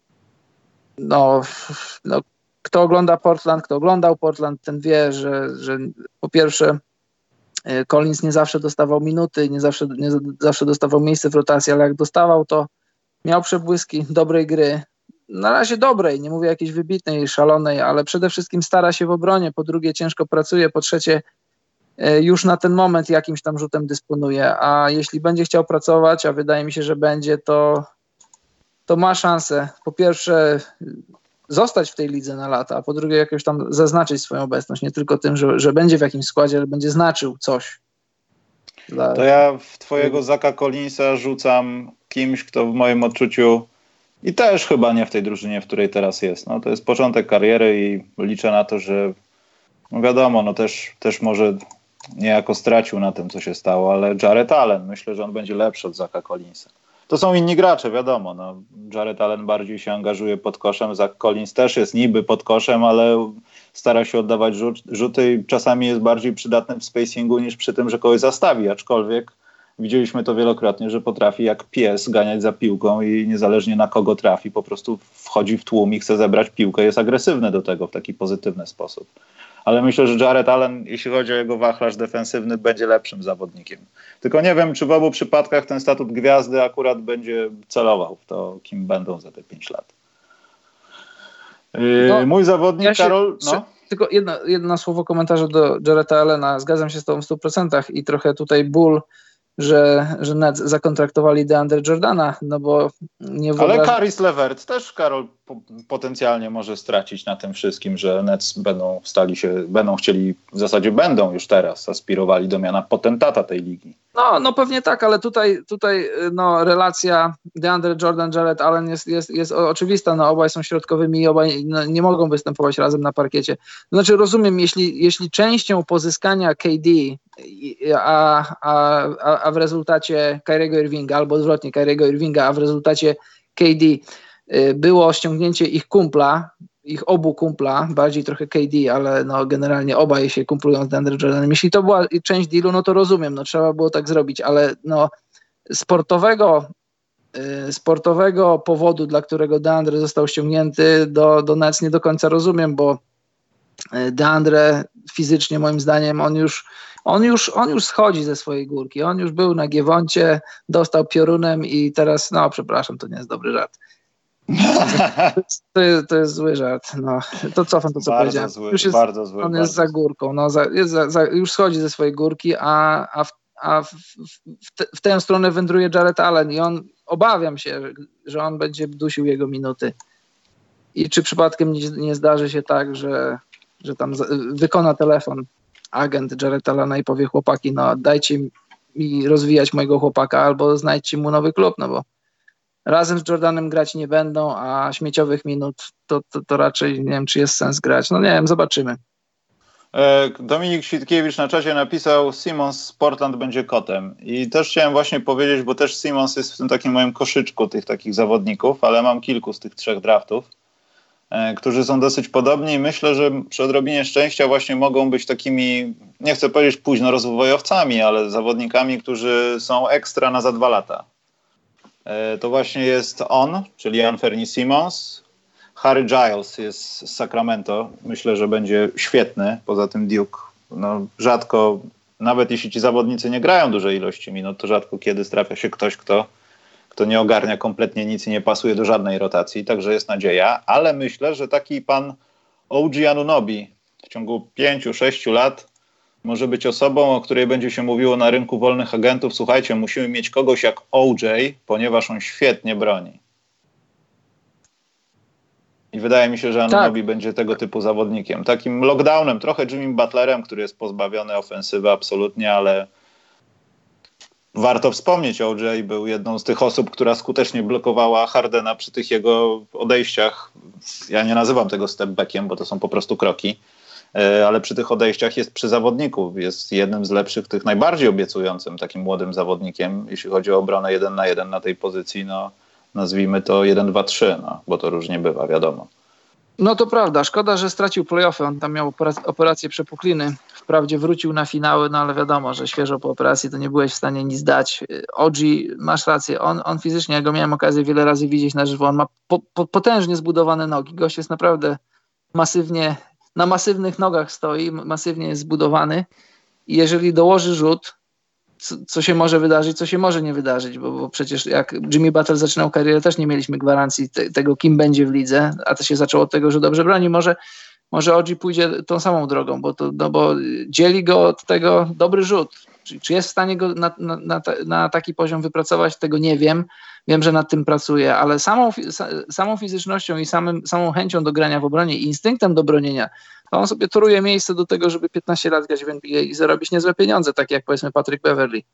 No, no, kto ogląda Portland, kto oglądał Portland, ten wie, że, że po pierwsze Collins nie zawsze dostawał minuty, nie zawsze, nie zawsze dostawał miejsce w rotacji, ale jak dostawał, to miał przebłyski dobrej gry. Na razie dobrej, nie mówię jakiejś wybitnej, szalonej, ale przede wszystkim stara się w obronie, po drugie ciężko pracuje, po trzecie już na ten moment jakimś tam rzutem dysponuje, a jeśli będzie chciał pracować, a wydaje mi się, że będzie, to, to ma szansę po pierwsze zostać w tej lidze na lata, a po drugie jakoś tam zaznaczyć swoją obecność, nie tylko tym, że, że będzie w jakimś składzie, ale będzie znaczył coś. Dla... To ja w twojego Zacka Collinsa rzucam kimś, kto w moim odczuciu i też chyba nie w tej drużynie, w której teraz jest. No, to jest początek kariery i liczę na to, że no wiadomo, no też, też może niejako stracił na tym, co się stało, ale Jarrett Allen, myślę, że on będzie lepszy od Zacka Collinsa. To są inni gracze, wiadomo. No, Jarrett Allen bardziej się angażuje pod koszem, Zach Collins też jest niby pod koszem, ale stara się oddawać rzut, rzuty i czasami jest bardziej przydatny w spacingu niż przy tym, że kogoś zastawi, aczkolwiek widzieliśmy to wielokrotnie, że potrafi jak pies ganiać za piłką i niezależnie na kogo trafi, po prostu wchodzi w tłum i chce zebrać piłkę, jest agresywny do tego w taki pozytywny sposób. Ale myślę, że Jarrett Allen, jeśli chodzi o jego wachlarz defensywny, będzie lepszym zawodnikiem. Tylko nie wiem, czy w obu przypadkach ten statut gwiazdy akurat będzie celował w to, kim będą za te pięć lat. Yy, no, mój zawodnik, ja się, Karol... No. Tylko jedno, jedno słowo komentarza do Jarretta Allena. Zgadzam się z tobą w stu procentach i trochę tutaj ból, że, że Nets zakontraktowali DeAndre Jordana, no bo nie wyobrażam... Ale Caris LeVert też, Karol, po, potencjalnie może stracić na tym wszystkim, że Nets będą stali się, będą chcieli, w zasadzie będą już teraz aspirowali do miana potentata tej ligi. No, no pewnie tak, ale tutaj, tutaj no, relacja DeAndre Jordan, Jarrett Allen jest, jest, jest oczywista. No, obaj są środkowymi i obaj no, nie mogą występować razem na parkiecie. Znaczy rozumiem, jeśli, jeśli częścią pozyskania K D, a, a, a w rezultacie Kyriego Irvinga, albo odwrotnie Kyriego Irvinga, a w rezultacie K D było ściągnięcie ich kumpla, ich obu kumpla, bardziej trochę K D, ale no generalnie obaj się kumplują z DeAndre Jordanem. Jeśli to była część dealu, no to rozumiem, no trzeba było tak zrobić, ale no sportowego y, sportowego powodu, dla którego DeAndre został ściągnięty do, do Nets nie do końca rozumiem, bo DeAndre fizycznie moim zdaniem on już on już, on już schodzi ze swojej górki, on już był na Giewoncie, dostał piorunem i teraz, no przepraszam, to nie jest dobry żart. To jest, to jest zły żart. No, to cofam to, co bardzo powiedziałem. Zły, już jest, bardzo zły, on bardzo jest za górką. No, za, jest za, za, już schodzi ze swojej górki, a, a, w, a w, w, te, w tę stronę wędruje Jarrett Allen i on, obawiam się, że on będzie dusił jego minuty. I czy przypadkiem nie, nie zdarzy się tak, że, że tam za, wykona telefon agent Jarrett Allena i powie chłopaki, no dajcie mi rozwijać mojego chłopaka albo znajdźcie mu nowy klub, no bo razem z Jordanem grać nie będą, a śmieciowych minut to, to, to raczej nie wiem, czy jest sens grać. No nie wiem, zobaczymy. Dominik Świtkiewicz na czacie napisał: Simons z Portland będzie kotem. I też chciałem właśnie powiedzieć, bo też Simons jest w tym takim moim koszyczku tych takich zawodników, ale mam kilku z tych trzech draftów, którzy są dosyć podobni i myślę, że przy odrobinie szczęścia właśnie mogą być takimi, nie chcę powiedzieć późno rozwojowcami, ale zawodnikami, którzy są ekstra na za dwa lata. To właśnie jest on, czyli Anthony Simons. Harry Giles jest z Sacramento. Myślę, że będzie świetny. Poza tym Duke, no rzadko, nawet jeśli ci zawodnicy nie grają dużej ilości minut, to rzadko kiedy trafia się ktoś, kto, kto nie ogarnia kompletnie nic i nie pasuje do żadnej rotacji. Także jest nadzieja. Ale myślę, że taki pan O G Anunoby w ciągu pięciu, sześciu lat może być osobą, o której będzie się mówiło na rynku wolnych agentów: słuchajcie, musimy mieć kogoś jak O J, ponieważ on świetnie broni. I wydaje mi się, że Anunoby tak. będzie tego typu zawodnikiem. Takim lockdownem, trochę Jimmy Butlerem, który jest pozbawiony ofensywy absolutnie, ale warto wspomnieć, O J był jedną z tych osób, która skutecznie blokowała Hardena przy tych jego odejściach. Ja nie nazywam tego stepbackiem, bo to są po prostu kroki. Ale przy tych odejściach jest przy zawodniku. Jest jednym z lepszych, tych najbardziej obiecującym takim młodym zawodnikiem, jeśli chodzi o obronę jeden na jeden na tej pozycji, no nazwijmy to jeden, dwa, trzy, no, bo to różnie bywa, wiadomo. No to prawda, szkoda, że stracił play-offy, on tam miał operację przepukliny, wprawdzie wrócił na finały, no ale wiadomo, że świeżo po operacji to nie byłeś w stanie nic dać. O G, masz rację, on, on fizycznie, ja go miałem okazję wiele razy widzieć na żywo, on ma po, po, potężnie zbudowane nogi, gość jest naprawdę masywnie, na masywnych nogach stoi, masywnie jest zbudowany i jeżeli dołoży rzut, co, co się może wydarzyć, co się może nie wydarzyć, bo, bo przecież jak Jimmy Butler zaczynał karierę, też nie mieliśmy gwarancji te, tego, kim będzie w lidze, a to się zaczęło od tego, że dobrze broni. Może, może O G pójdzie tą samą drogą, bo, to, no bo dzieli go od tego dobry rzut. Czy, czy jest w stanie go na, na, na, na taki poziom wypracować, tego nie wiem. Wiem, że nad tym pracuje, ale samą, samą fizycznością i samym, samą chęcią do grania w obronie i instynktem do bronienia, to on sobie toruje miejsce do tego, żeby piętnaście lat grać w N B A i zarobić niezłe pieniądze, tak jak powiedzmy Patrick Beverley.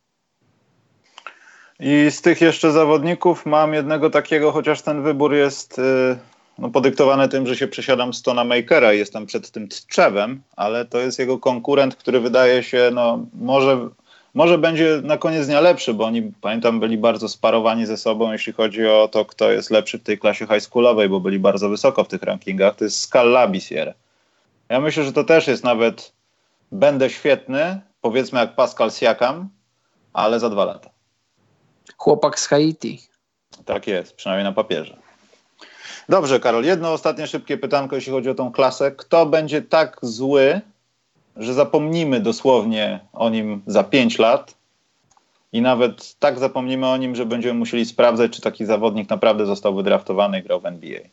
I z tych jeszcze zawodników mam jednego takiego, chociaż ten wybór jest yy, no, podyktowany tym, że się przesiadam z Tona Makera i jestem przed tym Tczewem, ale to jest jego konkurent, który wydaje się, no może... Może będzie na koniec dnia lepszy, bo oni, pamiętam, byli bardzo sparowani ze sobą, jeśli chodzi o to, kto jest lepszy w tej klasie high schoolowej, bo byli bardzo wysoko w tych rankingach. To jest Skal Labissière. Ja myślę, że to też jest nawet, będę świetny, powiedzmy jak Pascal Siakam, ale za dwa lata. Chłopak z Haiti. Tak jest, przynajmniej na papierze. Dobrze, Karol, jedno ostatnie szybkie pytanko, jeśli chodzi o tą klasę. Kto będzie tak zły, że zapomnimy dosłownie o nim za pięć lat i nawet tak zapomnimy o nim, że będziemy musieli sprawdzać, czy taki zawodnik naprawdę został wydraftowany i grał w N B A?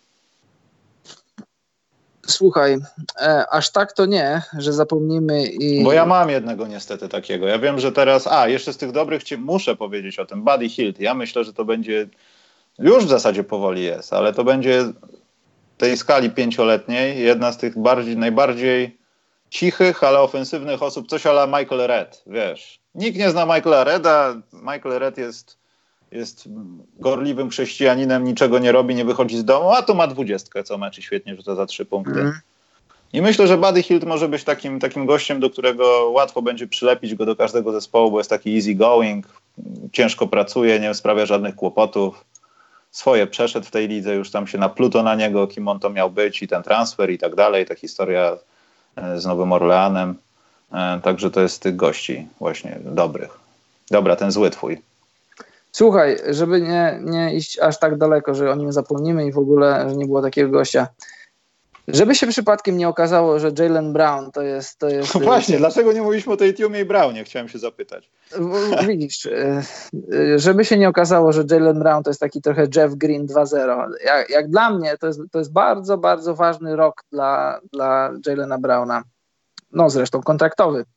Słuchaj, e, aż tak to nie, że zapomnimy i... Bo ja mam jednego niestety takiego. Ja wiem, że teraz... A, jeszcze z tych dobrych ci muszę powiedzieć o tym. Buddy Hield. Ja myślę, że to będzie... Już w zasadzie powoli jest, ale to będzie tej skali pięcioletniej jedna z tych bardziej, najbardziej cichych, ale ofensywnych osób, coś a la Michael Redd, wiesz, Nikt nie zna Michaela Redda. Michael Redd jest, jest gorliwym chrześcijaninem, niczego nie robi, nie wychodzi z domu, a tu ma dwudziestkę co mecz i świetnie rzuca za trzy punkty. Mm. I myślę, że Buddy Hield może być takim, takim gościem, do którego łatwo będzie przylepić go do każdego zespołu, bo jest taki easy going, ciężko pracuje, nie sprawia żadnych kłopotów. Swoje przeszedł w tej lidze, już tam się napluto na niego, kim on to miał być i ten transfer i tak dalej, ta historia z Nowym Orleanem. Także to jest z tych gości właśnie dobrych. Dobra, ten zły twój. Słuchaj, żeby nie, nie iść aż tak daleko, że o nim zapomnimy i w ogóle, że nie było takiego gościa. Żeby się przypadkiem nie okazało, że Jaylen Brown to jest... To jest no właśnie, dlaczego nie mówiliśmy o tej Tiumie i Brownie? Chciałem się zapytać. Widzisz, żeby się nie okazało, że Jaylen Brown to jest taki trochę Jeff Green dwa zero. Jak, jak dla mnie to jest, to jest bardzo, bardzo ważny rok dla, dla Jaylena Browna. No zresztą kontraktowy.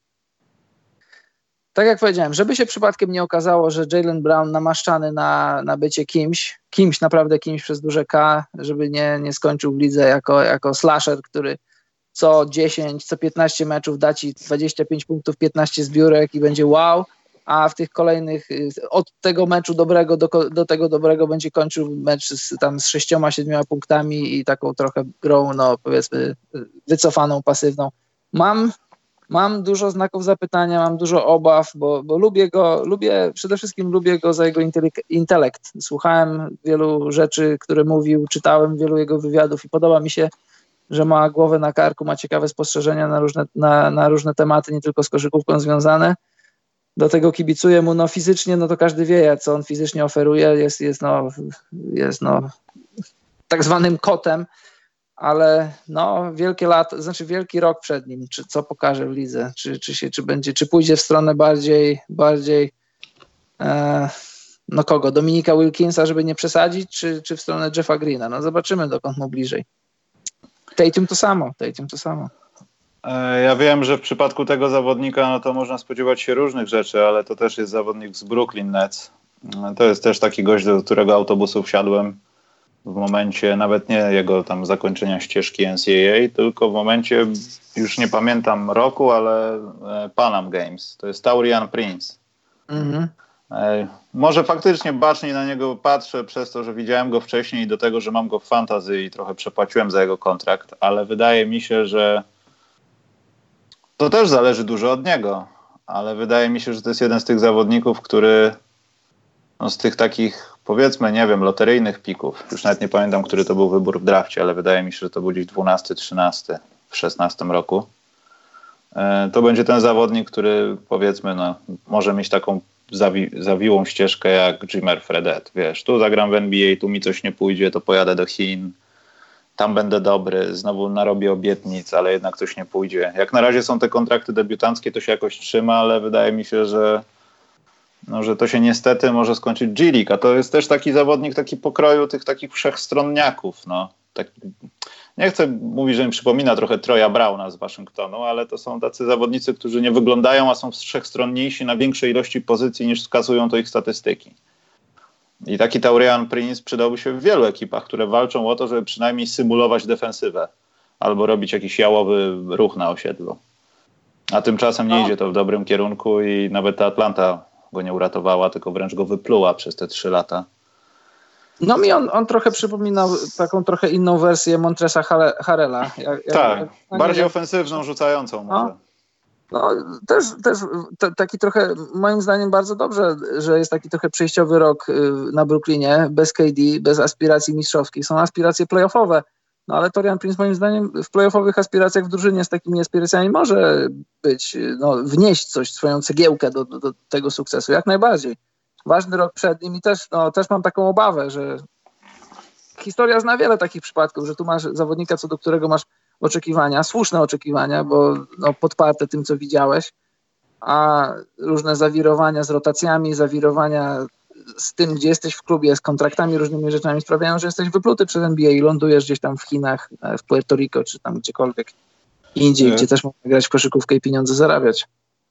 Tak jak powiedziałem, żeby się przypadkiem nie okazało, że Jaylen Brown namaszczany na, na bycie kimś, kimś, naprawdę kimś przez duże K, żeby nie, nie skończył w lidze jako, jako slasher, który co dziesięć, co piętnaście meczów da ci dwadzieścia pięć punktów, piętnaście zbiórek i będzie wow, a w tych kolejnych, od tego meczu dobrego do, do tego dobrego będzie kończył mecz z, tam z sześcioma, siedmioma punktami i taką trochę grą, no powiedzmy wycofaną, pasywną. Mam Mam dużo znaków zapytania, mam dużo obaw, bo, bo lubię go, lubię, przede wszystkim lubię go za jego intelekt. Słuchałem wielu rzeczy, które mówił, czytałem wielu jego wywiadów i podoba mi się, że ma głowę na karku, ma ciekawe spostrzeżenia na różne, na, na różne tematy, nie tylko z koszykówką związane. Do tego kibicuję mu, no fizycznie, no to każdy wie, co on fizycznie oferuje, jest, jest, no, jest no, tak zwanym kotem, ale no wielkie lato, znaczy wielki rok przed nim, czy co pokaże w lidze, czy, czy się, czy będzie, czy pójdzie w stronę bardziej, bardziej e, no kogo, Dominika Wilkinsa, żeby nie przesadzić, czy, czy w stronę Jeffa Greena, no zobaczymy dokąd mu bliżej. Tatum to samo, Tatum to samo. Ja wiem, że w przypadku tego zawodnika no to można spodziewać się różnych rzeczy, ale to też jest zawodnik z Brooklyn Nets. To jest też taki gość, do którego autobusu wsiadłem w momencie nawet nie jego tam zakończenia ścieżki N C A A, tylko w momencie, już nie pamiętam roku, ale Panam Games. To jest Taurean Prince. Mhm. Może faktycznie baczniej na niego patrzę przez to, że widziałem go wcześniej i do tego, że mam go w fantasy i trochę przepłaciłem za jego kontrakt, ale wydaje mi się, że to też zależy dużo od niego, ale wydaje mi się, że to jest jeden z tych zawodników, który no z tych takich, powiedzmy, nie wiem, loteryjnych pików, już nawet nie pamiętam, który to był wybór w drafcie, ale wydaje mi się, że to był gdzieś dwunasty, trzynasty w szesnastym roku. To będzie ten zawodnik, który powiedzmy, no, może mieć taką zawi- zawiłą ścieżkę jak Jimmer Fredette. Wiesz, tu zagram w N B A, tu mi coś nie pójdzie, to pojadę do Chin, tam będę dobry, znowu narobię obietnic, ale jednak coś nie pójdzie. Jak na razie są te kontrakty debiutanckie, to się jakoś trzyma, ale wydaje mi się, że no, że to się niestety może skończyć G League, a to jest też taki zawodnik, taki pokroju tych takich wszechstronniaków. No. Tak, nie chcę mówić, że mi przypomina trochę Troya Browna z Waszyngtonu, ale to są tacy zawodnicy, którzy nie wyglądają, a są wszechstronniejsi na większej ilości pozycji niż wskazują to ich statystyki. I taki Taurean Prince przydałby się w wielu ekipach, które walczą o to, żeby przynajmniej symulować defensywę albo robić jakiś jałowy ruch na osiedlu. A tymczasem nie idzie to w dobrym kierunku i nawet ta Atlanta go nie uratowała, tylko wręcz go wypluła przez te trzy lata. No mi on, on trochę przypominał taką trochę inną wersję Montresa Harrella. Jak, tak, jak, jak, bardziej jak, ofensywną, rzucającą może. No, no też, też t- taki trochę, moim zdaniem bardzo dobrze, że jest taki trochę przejściowy rok na Brooklynie, bez K D, bez aspiracji mistrzowskich. Są aspiracje playoffowe, no ale Taurean Prince moim zdaniem w playoffowych aspiracjach w drużynie z takimi aspiracjami może być, no, wnieść coś, swoją cegiełkę do, do, do tego sukcesu, jak najbardziej. Ważny rok przed nim i też, no, też mam taką obawę, że historia zna wiele takich przypadków, że tu masz zawodnika, co do którego masz oczekiwania, słuszne oczekiwania, bo no, podparte tym, co widziałeś, a różne zawirowania z rotacjami, zawirowania z tym, gdzie jesteś w klubie, z kontraktami, różnymi rzeczami sprawiają, że jesteś wypluty przez N B A i lądujesz gdzieś tam w Chinach, w Puerto Rico, czy tam gdziekolwiek indziej, gdzie też można grać w koszykówkę i pieniądze zarabiać.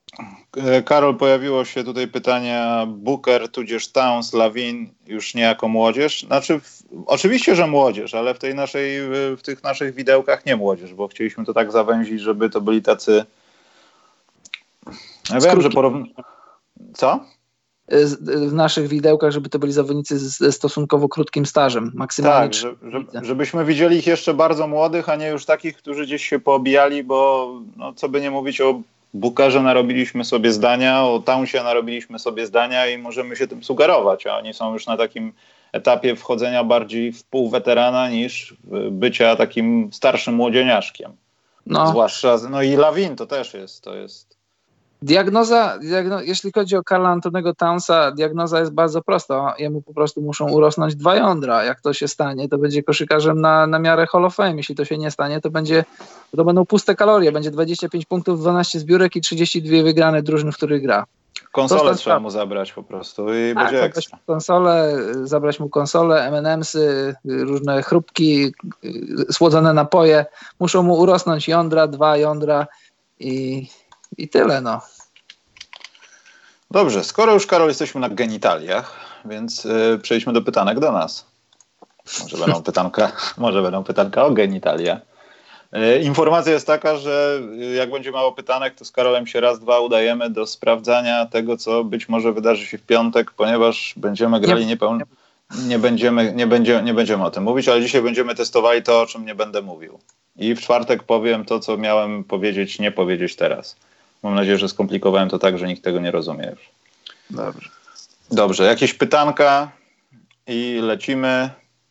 Karol, pojawiło się tutaj pytanie Booker, tudzież Towns, Lavin już nie jako młodzież. Znaczy, w, oczywiście, że młodzież, ale w tej naszej, w tych naszych widełkach nie młodzież, bo chcieliśmy to tak zawęzić, żeby to byli tacy... Ja wiem, że porówn... Co? W naszych widełkach, żeby to byli zawodnicy ze stosunkowo krótkim stażem, maksymalnie. Tak, że, że, żebyśmy widzieli ich jeszcze bardzo młodych, a nie już takich, którzy gdzieś się poobijali, bo no, co by nie mówić, o Bookerze narobiliśmy sobie zdania, o Townsie narobiliśmy sobie zdania i możemy się tym sugerować, a oni są już na takim etapie wchodzenia bardziej w pół weterana niż bycia takim starszym młodzieniaszkiem. No. Zwłaszcza, no i Lavin to też jest, to jest Diagnoza, diagno, jeśli chodzi o Karla Antonego Townsa, diagnoza jest bardzo prosta. Jemu po prostu muszą urosnąć dwa jądra. Jak to się stanie, to będzie koszykarzem na, na miarę Hall of Fame. Jeśli to się nie stanie, to będzie to będą puste kalorie. Będzie dwadzieścia pięć punktów, dwanaście zbiórek i trzydzieści dwie wygrane drużyn, w których gra. Konsolę trzeba mu zabrać po prostu i tak, będzie ekstra. Konsolę, zabrać mu konsolę, em and emsy, różne chrupki, słodzone napoje. Muszą mu urosnąć jądra, dwa jądra i... I tyle, no. Dobrze, skoro już, Karol, jesteśmy na genitaliach, więc yy, przejdźmy do pytanek do nas. Może będą pytanka, może będą pytanka o genitalia. Yy, informacja jest taka, że jak będzie mało pytanek, to z Karolem się raz, dwa udajemy do sprawdzania tego, co być może wydarzy się w piątek, ponieważ będziemy grali niepełno. Nie będziemy, nie, będzie, nie będziemy o tym mówić, ale dzisiaj będziemy testowali to, o czym nie będę mówił. I w czwartek powiem to, co miałem powiedzieć, nie powiedzieć teraz. Mam nadzieję, że skomplikowałem to tak, że nikt tego nie rozumie już. Dobrze. Dobrze, jakieś pytanka i lecimy.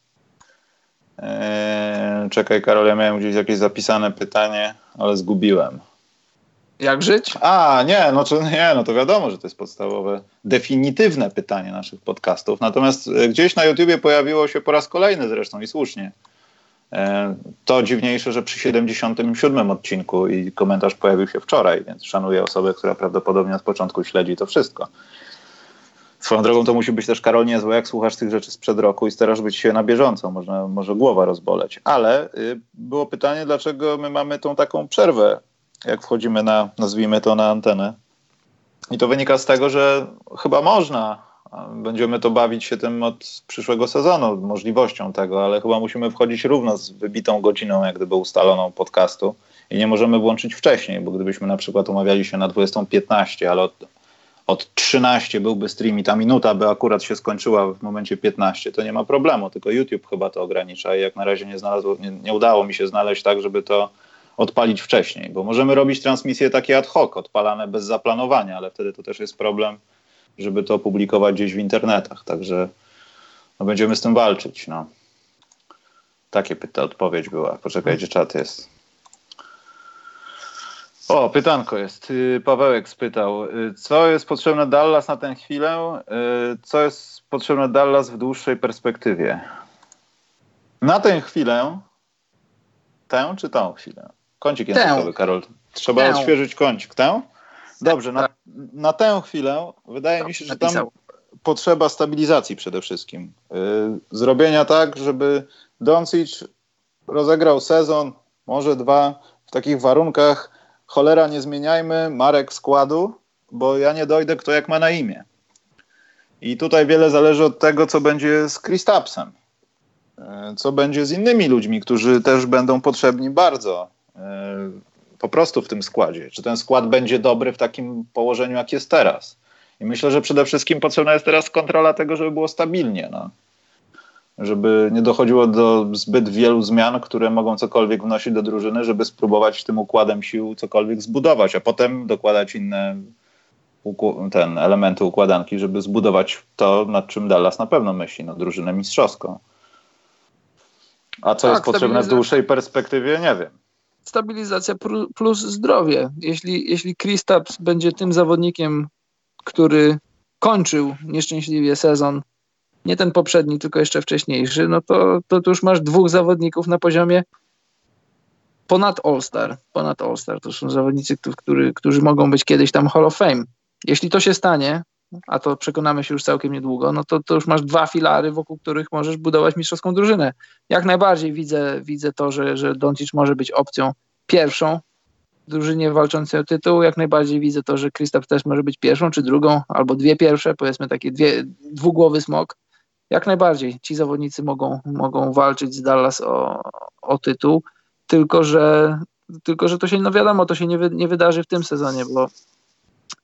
Eee, czekaj, Karol, ja miałem gdzieś jakieś zapisane pytanie, ale zgubiłem. Jak żyć? A, nie, no to, nie, no to wiadomo, że to jest podstawowe, definitywne pytanie naszych podcastów. Natomiast gdzieś na YouTubie pojawiło się po raz kolejny zresztą i słusznie. To dziwniejsze, że przy siedemdziesiątym siódmym odcinku i komentarz pojawił się wczoraj, więc szanuję osobę, która prawdopodobnie od początku śledzi to wszystko. Swoją drogą to musi być też, Karol, niezłe, jak słuchasz tych rzeczy sprzed roku i starasz być się na bieżąco, może, może głowa rozboleć. Ale y, było pytanie, dlaczego my mamy tą taką przerwę, jak wchodzimy na, nazwijmy to, na antenę. I to wynika z tego, że chyba można, będziemy to bawić się tym od przyszłego sezonu, możliwością tego, ale chyba musimy wchodzić równo z wybitą godziną, jak gdyby ustaloną podcastu i nie możemy włączyć wcześniej, bo gdybyśmy na przykład umawiali się na dwudziestą piętnaście, ale od, od trzynaście byłby stream i ta minuta by akurat się skończyła w momencie piętnaście, to nie ma problemu, tylko YouTube chyba to ogranicza i jak na razie nie, znalazło, nie, nie udało mi się znaleźć tak, żeby to odpalić wcześniej, bo możemy robić transmisje takie ad hoc, odpalane bez zaplanowania, ale wtedy to też jest problem, żeby to opublikować gdzieś w internetach, także no, będziemy z tym walczyć. No. Takie pyta, odpowiedź była. Poczekajcie, czat jest. O, pytanko jest. Pawełek spytał, co jest potrzebne Dallas na tę chwilę? Co jest potrzebne Dallas w dłuższej perspektywie? Na tę chwilę, tę czy tą chwilę? Kącik językowy, Karol. Trzeba tę. odświeżyć kącik. Tę? Dobrze, na, na tę chwilę wydaje mi się, że tam potrzeba stabilizacji przede wszystkim. Yy, zrobienia tak, żeby Doncic rozegrał sezon, może dwa, w takich warunkach. Cholera, nie zmieniajmy marek składu, bo ja nie dojdę, kto jak ma na imię. I tutaj wiele zależy od tego, co będzie z Kristapsem. Yy, co będzie z innymi ludźmi, którzy też będą potrzebni bardzo. Yy, po prostu w tym składzie. Czy ten skład będzie dobry w takim położeniu, jak jest teraz. I myślę, że przede wszystkim potrzebna jest teraz kontrola tego, żeby było stabilnie. No. Żeby nie dochodziło do zbyt wielu zmian, które mogą cokolwiek wnosić do drużyny, żeby spróbować tym układem sił cokolwiek zbudować, a potem dokładać inne uku- ten, elementy układanki, żeby zbudować to, nad czym Dallas na pewno myśli. No, drużynę mistrzowską. A co tak, jest potrzebne w dłuższej perspektywie, nie wiem. Stabilizacja plus zdrowie. Jeśli, jeśli Kristaps będzie tym zawodnikiem, który kończył nieszczęśliwie sezon, nie ten poprzedni, tylko jeszcze wcześniejszy, no to, to tu już masz dwóch zawodników na poziomie ponad All-Star. Ponad All-Star. To są zawodnicy, którzy, którzy mogą być kiedyś tam Hall of Fame. Jeśli to się stanie, a to przekonamy się już całkiem niedługo, no to, to już masz dwa filary, wokół których możesz budować mistrzowską drużynę. Jak najbardziej widzę, widzę to, że, że Doncic może być opcją pierwszą w drużynie walczącej o tytuł. Jak najbardziej widzę to, że Kristaps też może być pierwszą, czy drugą, albo dwie pierwsze, powiedzmy takie dwie, dwugłowy smok. Jak najbardziej ci zawodnicy mogą, mogą walczyć z Dallas o, o tytuł, tylko że, tylko że to się, no wiadomo, to się nie, wy, nie wydarzy w tym sezonie, bo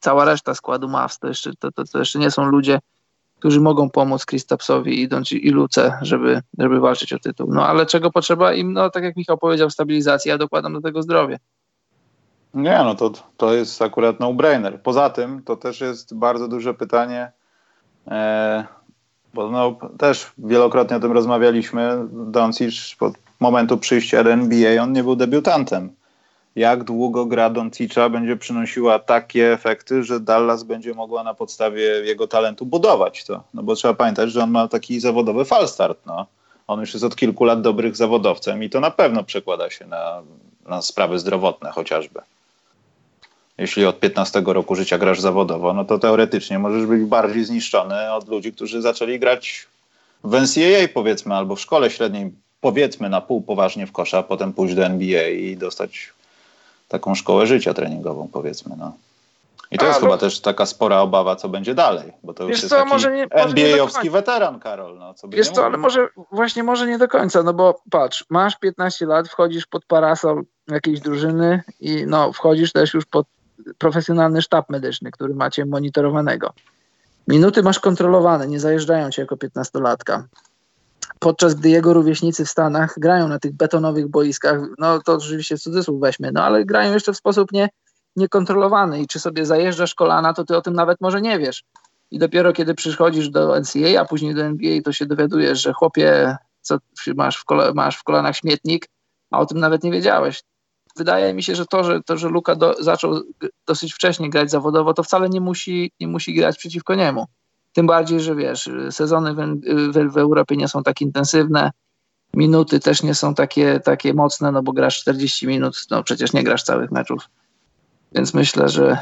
cała reszta składu Mavs to jeszcze, to, to, to jeszcze nie są ludzie, którzy mogą pomóc Kristapsowi i Luce, żeby, żeby walczyć o tytuł. No ale czego potrzeba im? No tak jak Michał powiedział, stabilizacji, ja dokładam do tego zdrowie. Nie, no to, to jest akurat no-brainer. Poza tym to też jest bardzo duże pytanie, e, bo no, też wielokrotnie o tym rozmawialiśmy. Doncic od momentu przyjścia do N B A on nie był debiutantem. Jak długo gra Doncicza będzie przynosiła takie efekty, że Dallas będzie mogła na podstawie jego talentu budować to? No bo trzeba pamiętać, że on ma taki zawodowy falstart. No. On już jest od kilku lat dobrym zawodowcem i to na pewno przekłada się na, na sprawy zdrowotne chociażby. Jeśli od piętnastego roku życia grasz zawodowo, no to teoretycznie możesz być bardziej zniszczony od ludzi, którzy zaczęli grać w N C A A powiedzmy, albo w szkole średniej powiedzmy na pół poważnie w kosza, a potem pójść do N B A i dostać taką szkołę życia treningową powiedzmy. No. I to a, jest no, chyba też taka spora obawa, co będzie dalej, bo to już jest co, taki może nie, N B A-owski weteran, Karol. No, co by wiesz co, ale może właśnie może nie do końca, no bo patrz, masz piętnaście lat, wchodzisz pod parasol jakiejś drużyny i no wchodzisz też już pod profesjonalny sztab medyczny, który macie monitorowanego. Minuty masz kontrolowane, nie zajeżdżają cię jako piętnastolatka. Podczas gdy jego rówieśnicy w Stanach grają na tych betonowych boiskach, no to oczywiście cudzysłów weźmy, no ale grają jeszcze w sposób nie, niekontrolowany i czy sobie zajeżdżasz kolana, to ty o tym nawet może nie wiesz. I dopiero kiedy przychodzisz do N C A A, a później do N B A, to się dowiadujesz, że chłopie, co masz w, kole, masz w kolanach śmietnik, a o tym nawet nie wiedziałeś. Wydaje mi się, że to, że, to, że Luka do, zaczął dosyć wcześnie grać zawodowo, to wcale nie musi, nie musi grać przeciwko niemu. Tym bardziej, że wiesz, sezony w, w, w Europie nie są tak intensywne, minuty też nie są takie, takie mocne, no bo grasz czterdzieści minut, no przecież nie grasz całych meczów. Więc myślę, że,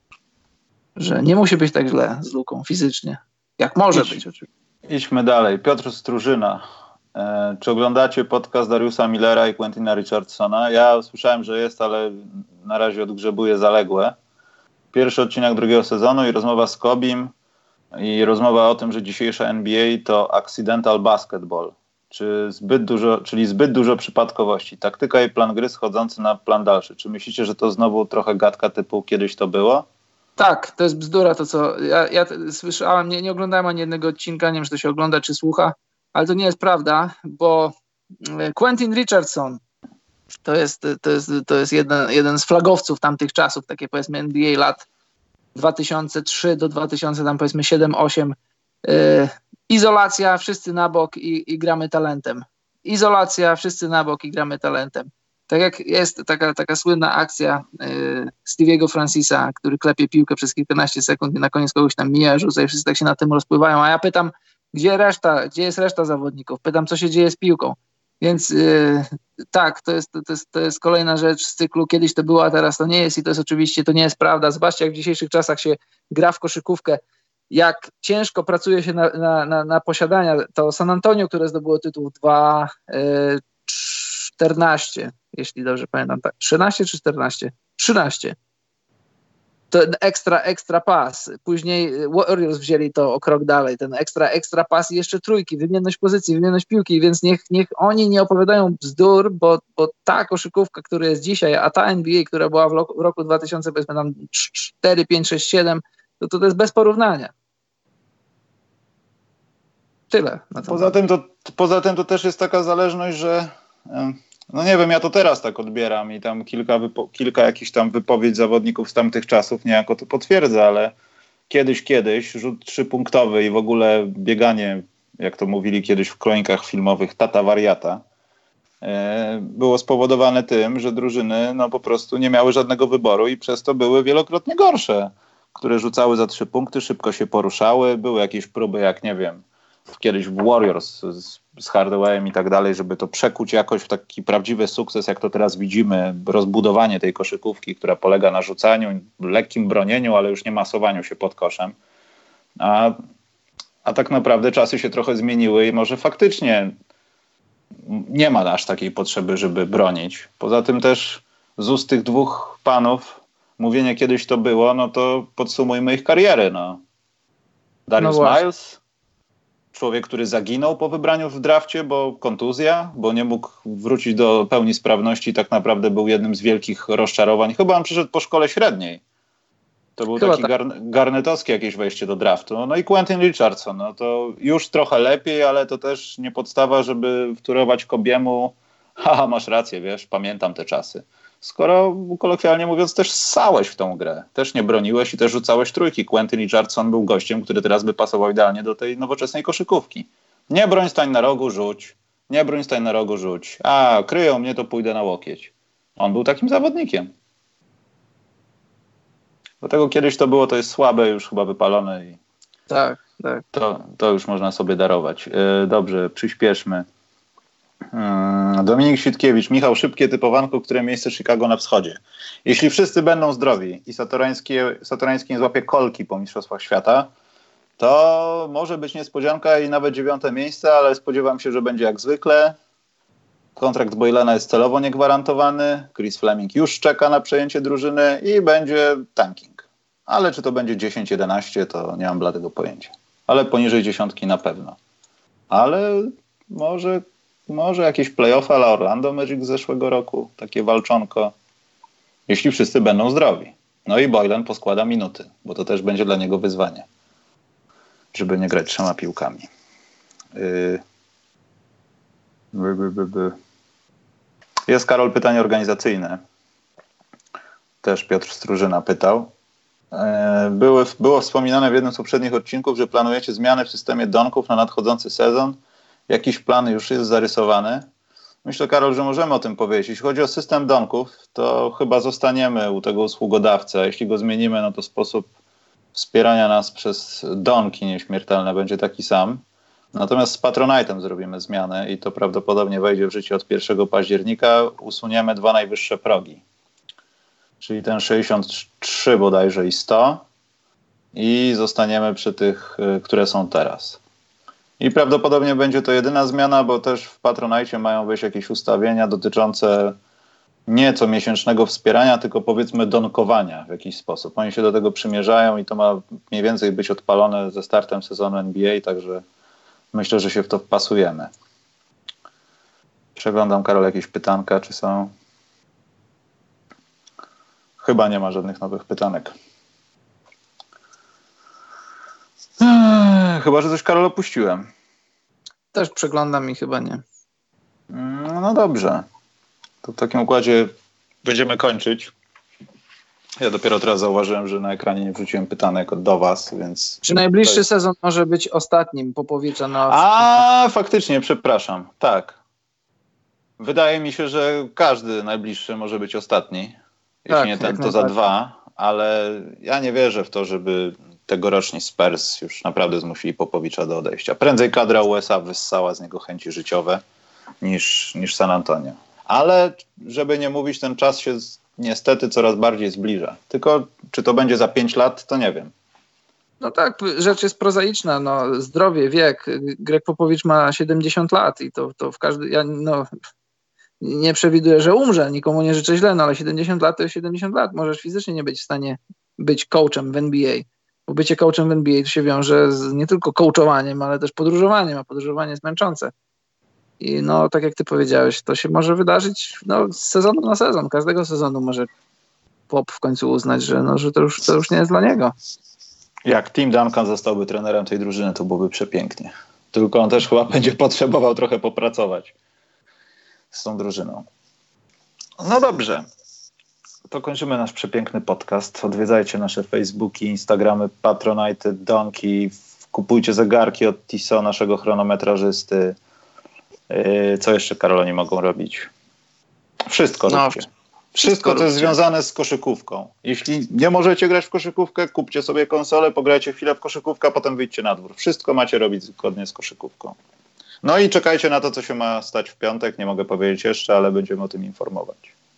że nie musi być tak źle z Luką fizycznie. Jak może Idź, być oczywiście. Idźmy dalej. Piotr Strużyna. E, czy oglądacie podcast Dariusa Millera i Quentina Richardsona? Ja słyszałem, że jest, ale na razie odgrzebuję zaległe. Pierwszy odcinek drugiego sezonu i rozmowa z Kobim i rozmowa o tym, że dzisiejsza N B A to accidental basketball, czy zbyt dużo, czyli zbyt dużo przypadkowości. Taktyka i plan gry schodzący na plan dalszy. Czy myślicie, że to znowu trochę gadka typu kiedyś to było? Tak, to jest bzdura to, co ja, ja słyszałem, nie, nie oglądałem ani jednego odcinka, nie wiem, czy to się ogląda, czy słucha, ale to nie jest prawda, bo Quentin Richardson to jest, to jest, to jest jeden, jeden z flagowców tamtych czasów, takie powiedzmy N B A lat dwa tysiące trzy do dwa tysiące tam powiedzmy siedem osiem. Yy, izolacja, wszyscy na bok i, i gramy talentem. Izolacja, wszyscy na bok i gramy talentem. Tak jak jest taka, taka słynna akcja yy, Stevie'ego Francisa, który klepie piłkę przez kilkanaście sekund i na koniec kogoś tam mija, rzuca i wszyscy tak się na tym rozpływają, a ja pytam, gdzie reszta, gdzie jest reszta zawodników? Pytam, co się dzieje z piłką. Więc yy, tak, to jest, to, jest, to jest kolejna rzecz z cyklu, kiedyś to było, a teraz to nie jest i to jest oczywiście, to nie jest prawda. Zobaczcie, jak w dzisiejszych czasach się gra w koszykówkę, jak ciężko pracuje się na, na, na, na posiadania. To San Antonio, które zdobyło tytuł dwa czternaście, jeśli dobrze pamiętam, tak, trzynaście czy czternaście? trzynaście. To ekstra, ekstra pas. Później Warriors wzięli to o krok dalej, ten ekstra, ekstra pas i jeszcze trójki, wymienność pozycji, wymienność piłki, więc niech, niech oni nie opowiadają bzdur, bo, bo ta koszykówka, która jest dzisiaj, a ta N B A, która była w roku, w roku dwa tysiące cztery, pięć, sześć, siedem, to, to jest bez porównania. Tyle. Poza tym, to, poza tym to też jest taka zależność, że no nie wiem, ja to teraz tak odbieram i tam kilka, wypo- kilka jakichś tam wypowiedzi zawodników z tamtych czasów niejako to potwierdza, ale kiedyś, kiedyś rzut trzypunktowy i w ogóle bieganie, jak to mówili kiedyś w kronikach filmowych, tata wariata, e, było spowodowane tym, że drużyny no po prostu nie miały żadnego wyboru i przez to były wielokrotnie gorsze, które rzucały za trzy punkty, szybko się poruszały, były jakieś próby, jak nie wiem, kiedyś w Warriors z, z Hardawayem i tak dalej, żeby to przekuć jakoś w taki prawdziwy sukces, jak to teraz widzimy, rozbudowanie tej koszykówki, która polega na rzucaniu, lekkim bronieniu, ale już nie masowaniu się pod koszem. A, a tak naprawdę czasy się trochę zmieniły i może faktycznie nie ma aż takiej potrzeby, żeby bronić. Poza tym też z ust tych dwóch panów mówienie kiedyś to było, no to podsumujmy ich kariery. No. Darius no Miles, człowiek, który zaginął po wybraniu w drafcie, bo kontuzja, bo nie mógł wrócić do pełni sprawności, tak naprawdę był jednym z wielkich rozczarowań. Chyba on przyszedł po szkole średniej. To był Chyba taki tak. gar, garnetowski jakieś wejście do draftu. No i Quentin Richardson, no to już trochę lepiej, ale to też nie podstawa, żeby wtórować Kobiemu. Haha, masz rację, wiesz, pamiętam te czasy. Skoro, kolokwialnie mówiąc, też ssałeś w tą grę. Też nie broniłeś i też rzucałeś trójki. Quentin Richardson był gościem, który teraz by pasował idealnie do tej nowoczesnej koszykówki. Nie broń, stań na rogu, rzuć. Nie broń, stań na rogu, rzuć. A, kryją mnie, to pójdę na łokieć. On był takim zawodnikiem. Dlatego kiedyś to było, to jest słabe, już chyba wypalone i Tak, tak. to, to już można sobie darować. Yy, dobrze, przyspieszmy. Yy, Dominik Świtkiewicz. Michał, szybkie typowanko, które miejsce Chicago na wschodzie. Jeśli wszyscy będą zdrowi i Satorański, Satorański nie złapie kolki po Mistrzostwach Świata, to może być niespodzianka i nawet dziewiąte miejsce, ale spodziewam się, że będzie jak zwykle. Kontrakt Boylana jest celowo niegwarantowany. Chris Fleming już czeka na przejęcie drużyny i będzie tanking. Ale czy to będzie dziesięć jedenaście, to nie mam bladego pojęcia. Ale poniżej dziesiątki na pewno. Ale może, może jakieś play-offy ala Orlando Magic z zeszłego roku. Takie walczonko. Jeśli wszyscy będą zdrowi. No i Boylan poskłada minuty, bo to też będzie dla niego wyzwanie. Żeby nie grać trzema piłkami. Yy. By, by, by, by. Jest, Karol, pytanie organizacyjne. Też Piotr Strużyna pytał. Były, było wspominane w jednym z poprzednich odcinków, że planujecie zmiany w systemie donków na nadchodzący sezon. Jakiś plan już jest zarysowany? Myślę, Karol, że możemy o tym powiedzieć. Jeśli chodzi o system donków, to chyba zostaniemy u tego usługodawcy. Jeśli go zmienimy, no to sposób wspierania nas przez donki nieśmiertelne będzie taki sam. Natomiast z Patronite'em zrobimy zmianę i to prawdopodobnie wejdzie w życie od pierwszego października. Usuniemy dwa najwyższe progi. Czyli ten sześćdziesiąt trzy bodajże i sto. I zostaniemy przy tych, które są teraz. I prawdopodobnie będzie to jedyna zmiana, bo też w Patronite mają być jakieś ustawienia dotyczące nie co miesięcznego wspierania, tylko powiedzmy donkowania w jakiś sposób. Oni się do tego przymierzają i to ma mniej więcej być odpalone ze startem sezonu N B A, także myślę, że się w to wpasujemy. Przeglądam, Karol, jakieś pytanka, czy są? Chyba nie ma żadnych nowych pytanek. Eee, chyba, że coś, Karol, opuściłem. Też przeglądam i chyba nie. No dobrze. To w takim układzie będziemy kończyć. Ja dopiero teraz zauważyłem, że na ekranie nie wrzuciłem pytanek do was, więc... Czy najbliższy jest... sezon może być ostatnim Popowicza na... A, faktycznie, przepraszam. Tak. Wydaje mi się, że każdy najbliższy może być ostatni. Jeśli tak, nie ten, to za dwa. Ale ja nie wierzę w to, żeby tegoroczni Spurs już naprawdę zmusili Popowicza do odejścia. Prędzej kadra U S A wyssała z niego chęci życiowe niż, niż San Antonio. Ale żeby nie mówić, ten czas się niestety coraz bardziej zbliża. Tylko czy to będzie za pięć lat, to nie wiem. No tak, rzecz jest prozaiczna. No, zdrowie, wiek. Greg Popowicz ma siedemdziesiąt lat i to, to w każdy... Ja, no, nie przewiduję, że umrze, nikomu nie życzę źle, no ale siedemdziesiąt lat to jest siedemdziesiąt lat. Możesz fizycznie nie być w stanie być coachem w N B A. Bo bycie coachem w N B A to się wiąże z nie tylko coachowaniem, ale też podróżowaniem, a podróżowanie jest męczące. I no, tak jak ty powiedziałeś, to się może wydarzyć no, z sezonu na sezon. Każdego sezonu może Pop w końcu uznać, że, no, że to, już, to już nie jest dla niego. Jak Tim Duncan zostałby trenerem tej drużyny, to byłoby przepięknie. Tylko on też chyba będzie potrzebował trochę popracować z tą drużyną. No dobrze. To kończymy nasz przepiękny podcast. Odwiedzajcie nasze Facebooki, Instagramy, Patronite, Donki. Kupujcie zegarki od Tissot, naszego chronometrażysty. Co jeszcze, Karol, oni mogą robić? Wszystko no, róbcie. Wszystko, co jest związane z koszykówką. Jeśli nie możecie grać w koszykówkę, kupcie sobie konsolę, pograjcie chwilę w koszykówkę, a potem wyjdźcie na dwór. Wszystko macie robić zgodnie z koszykówką. No i czekajcie na to, co się ma stać w piątek. Nie mogę powiedzieć jeszcze, ale będziemy o tym informować.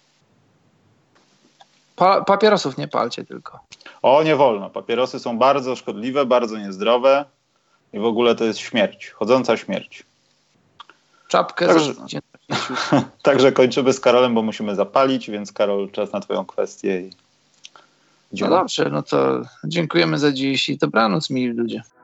Pa- papierosów nie palcie tylko. O, nie wolno. Papierosy są bardzo szkodliwe, bardzo niezdrowe i w ogóle to jest śmierć. Chodząca śmierć. Czapkę. Także, za... Także kończymy z Karolem, bo musimy zapalić, więc Karol, czas na twoją kwestię. I... No dobrze, no to dziękujemy za dziś i dobranoc, mili ludzie.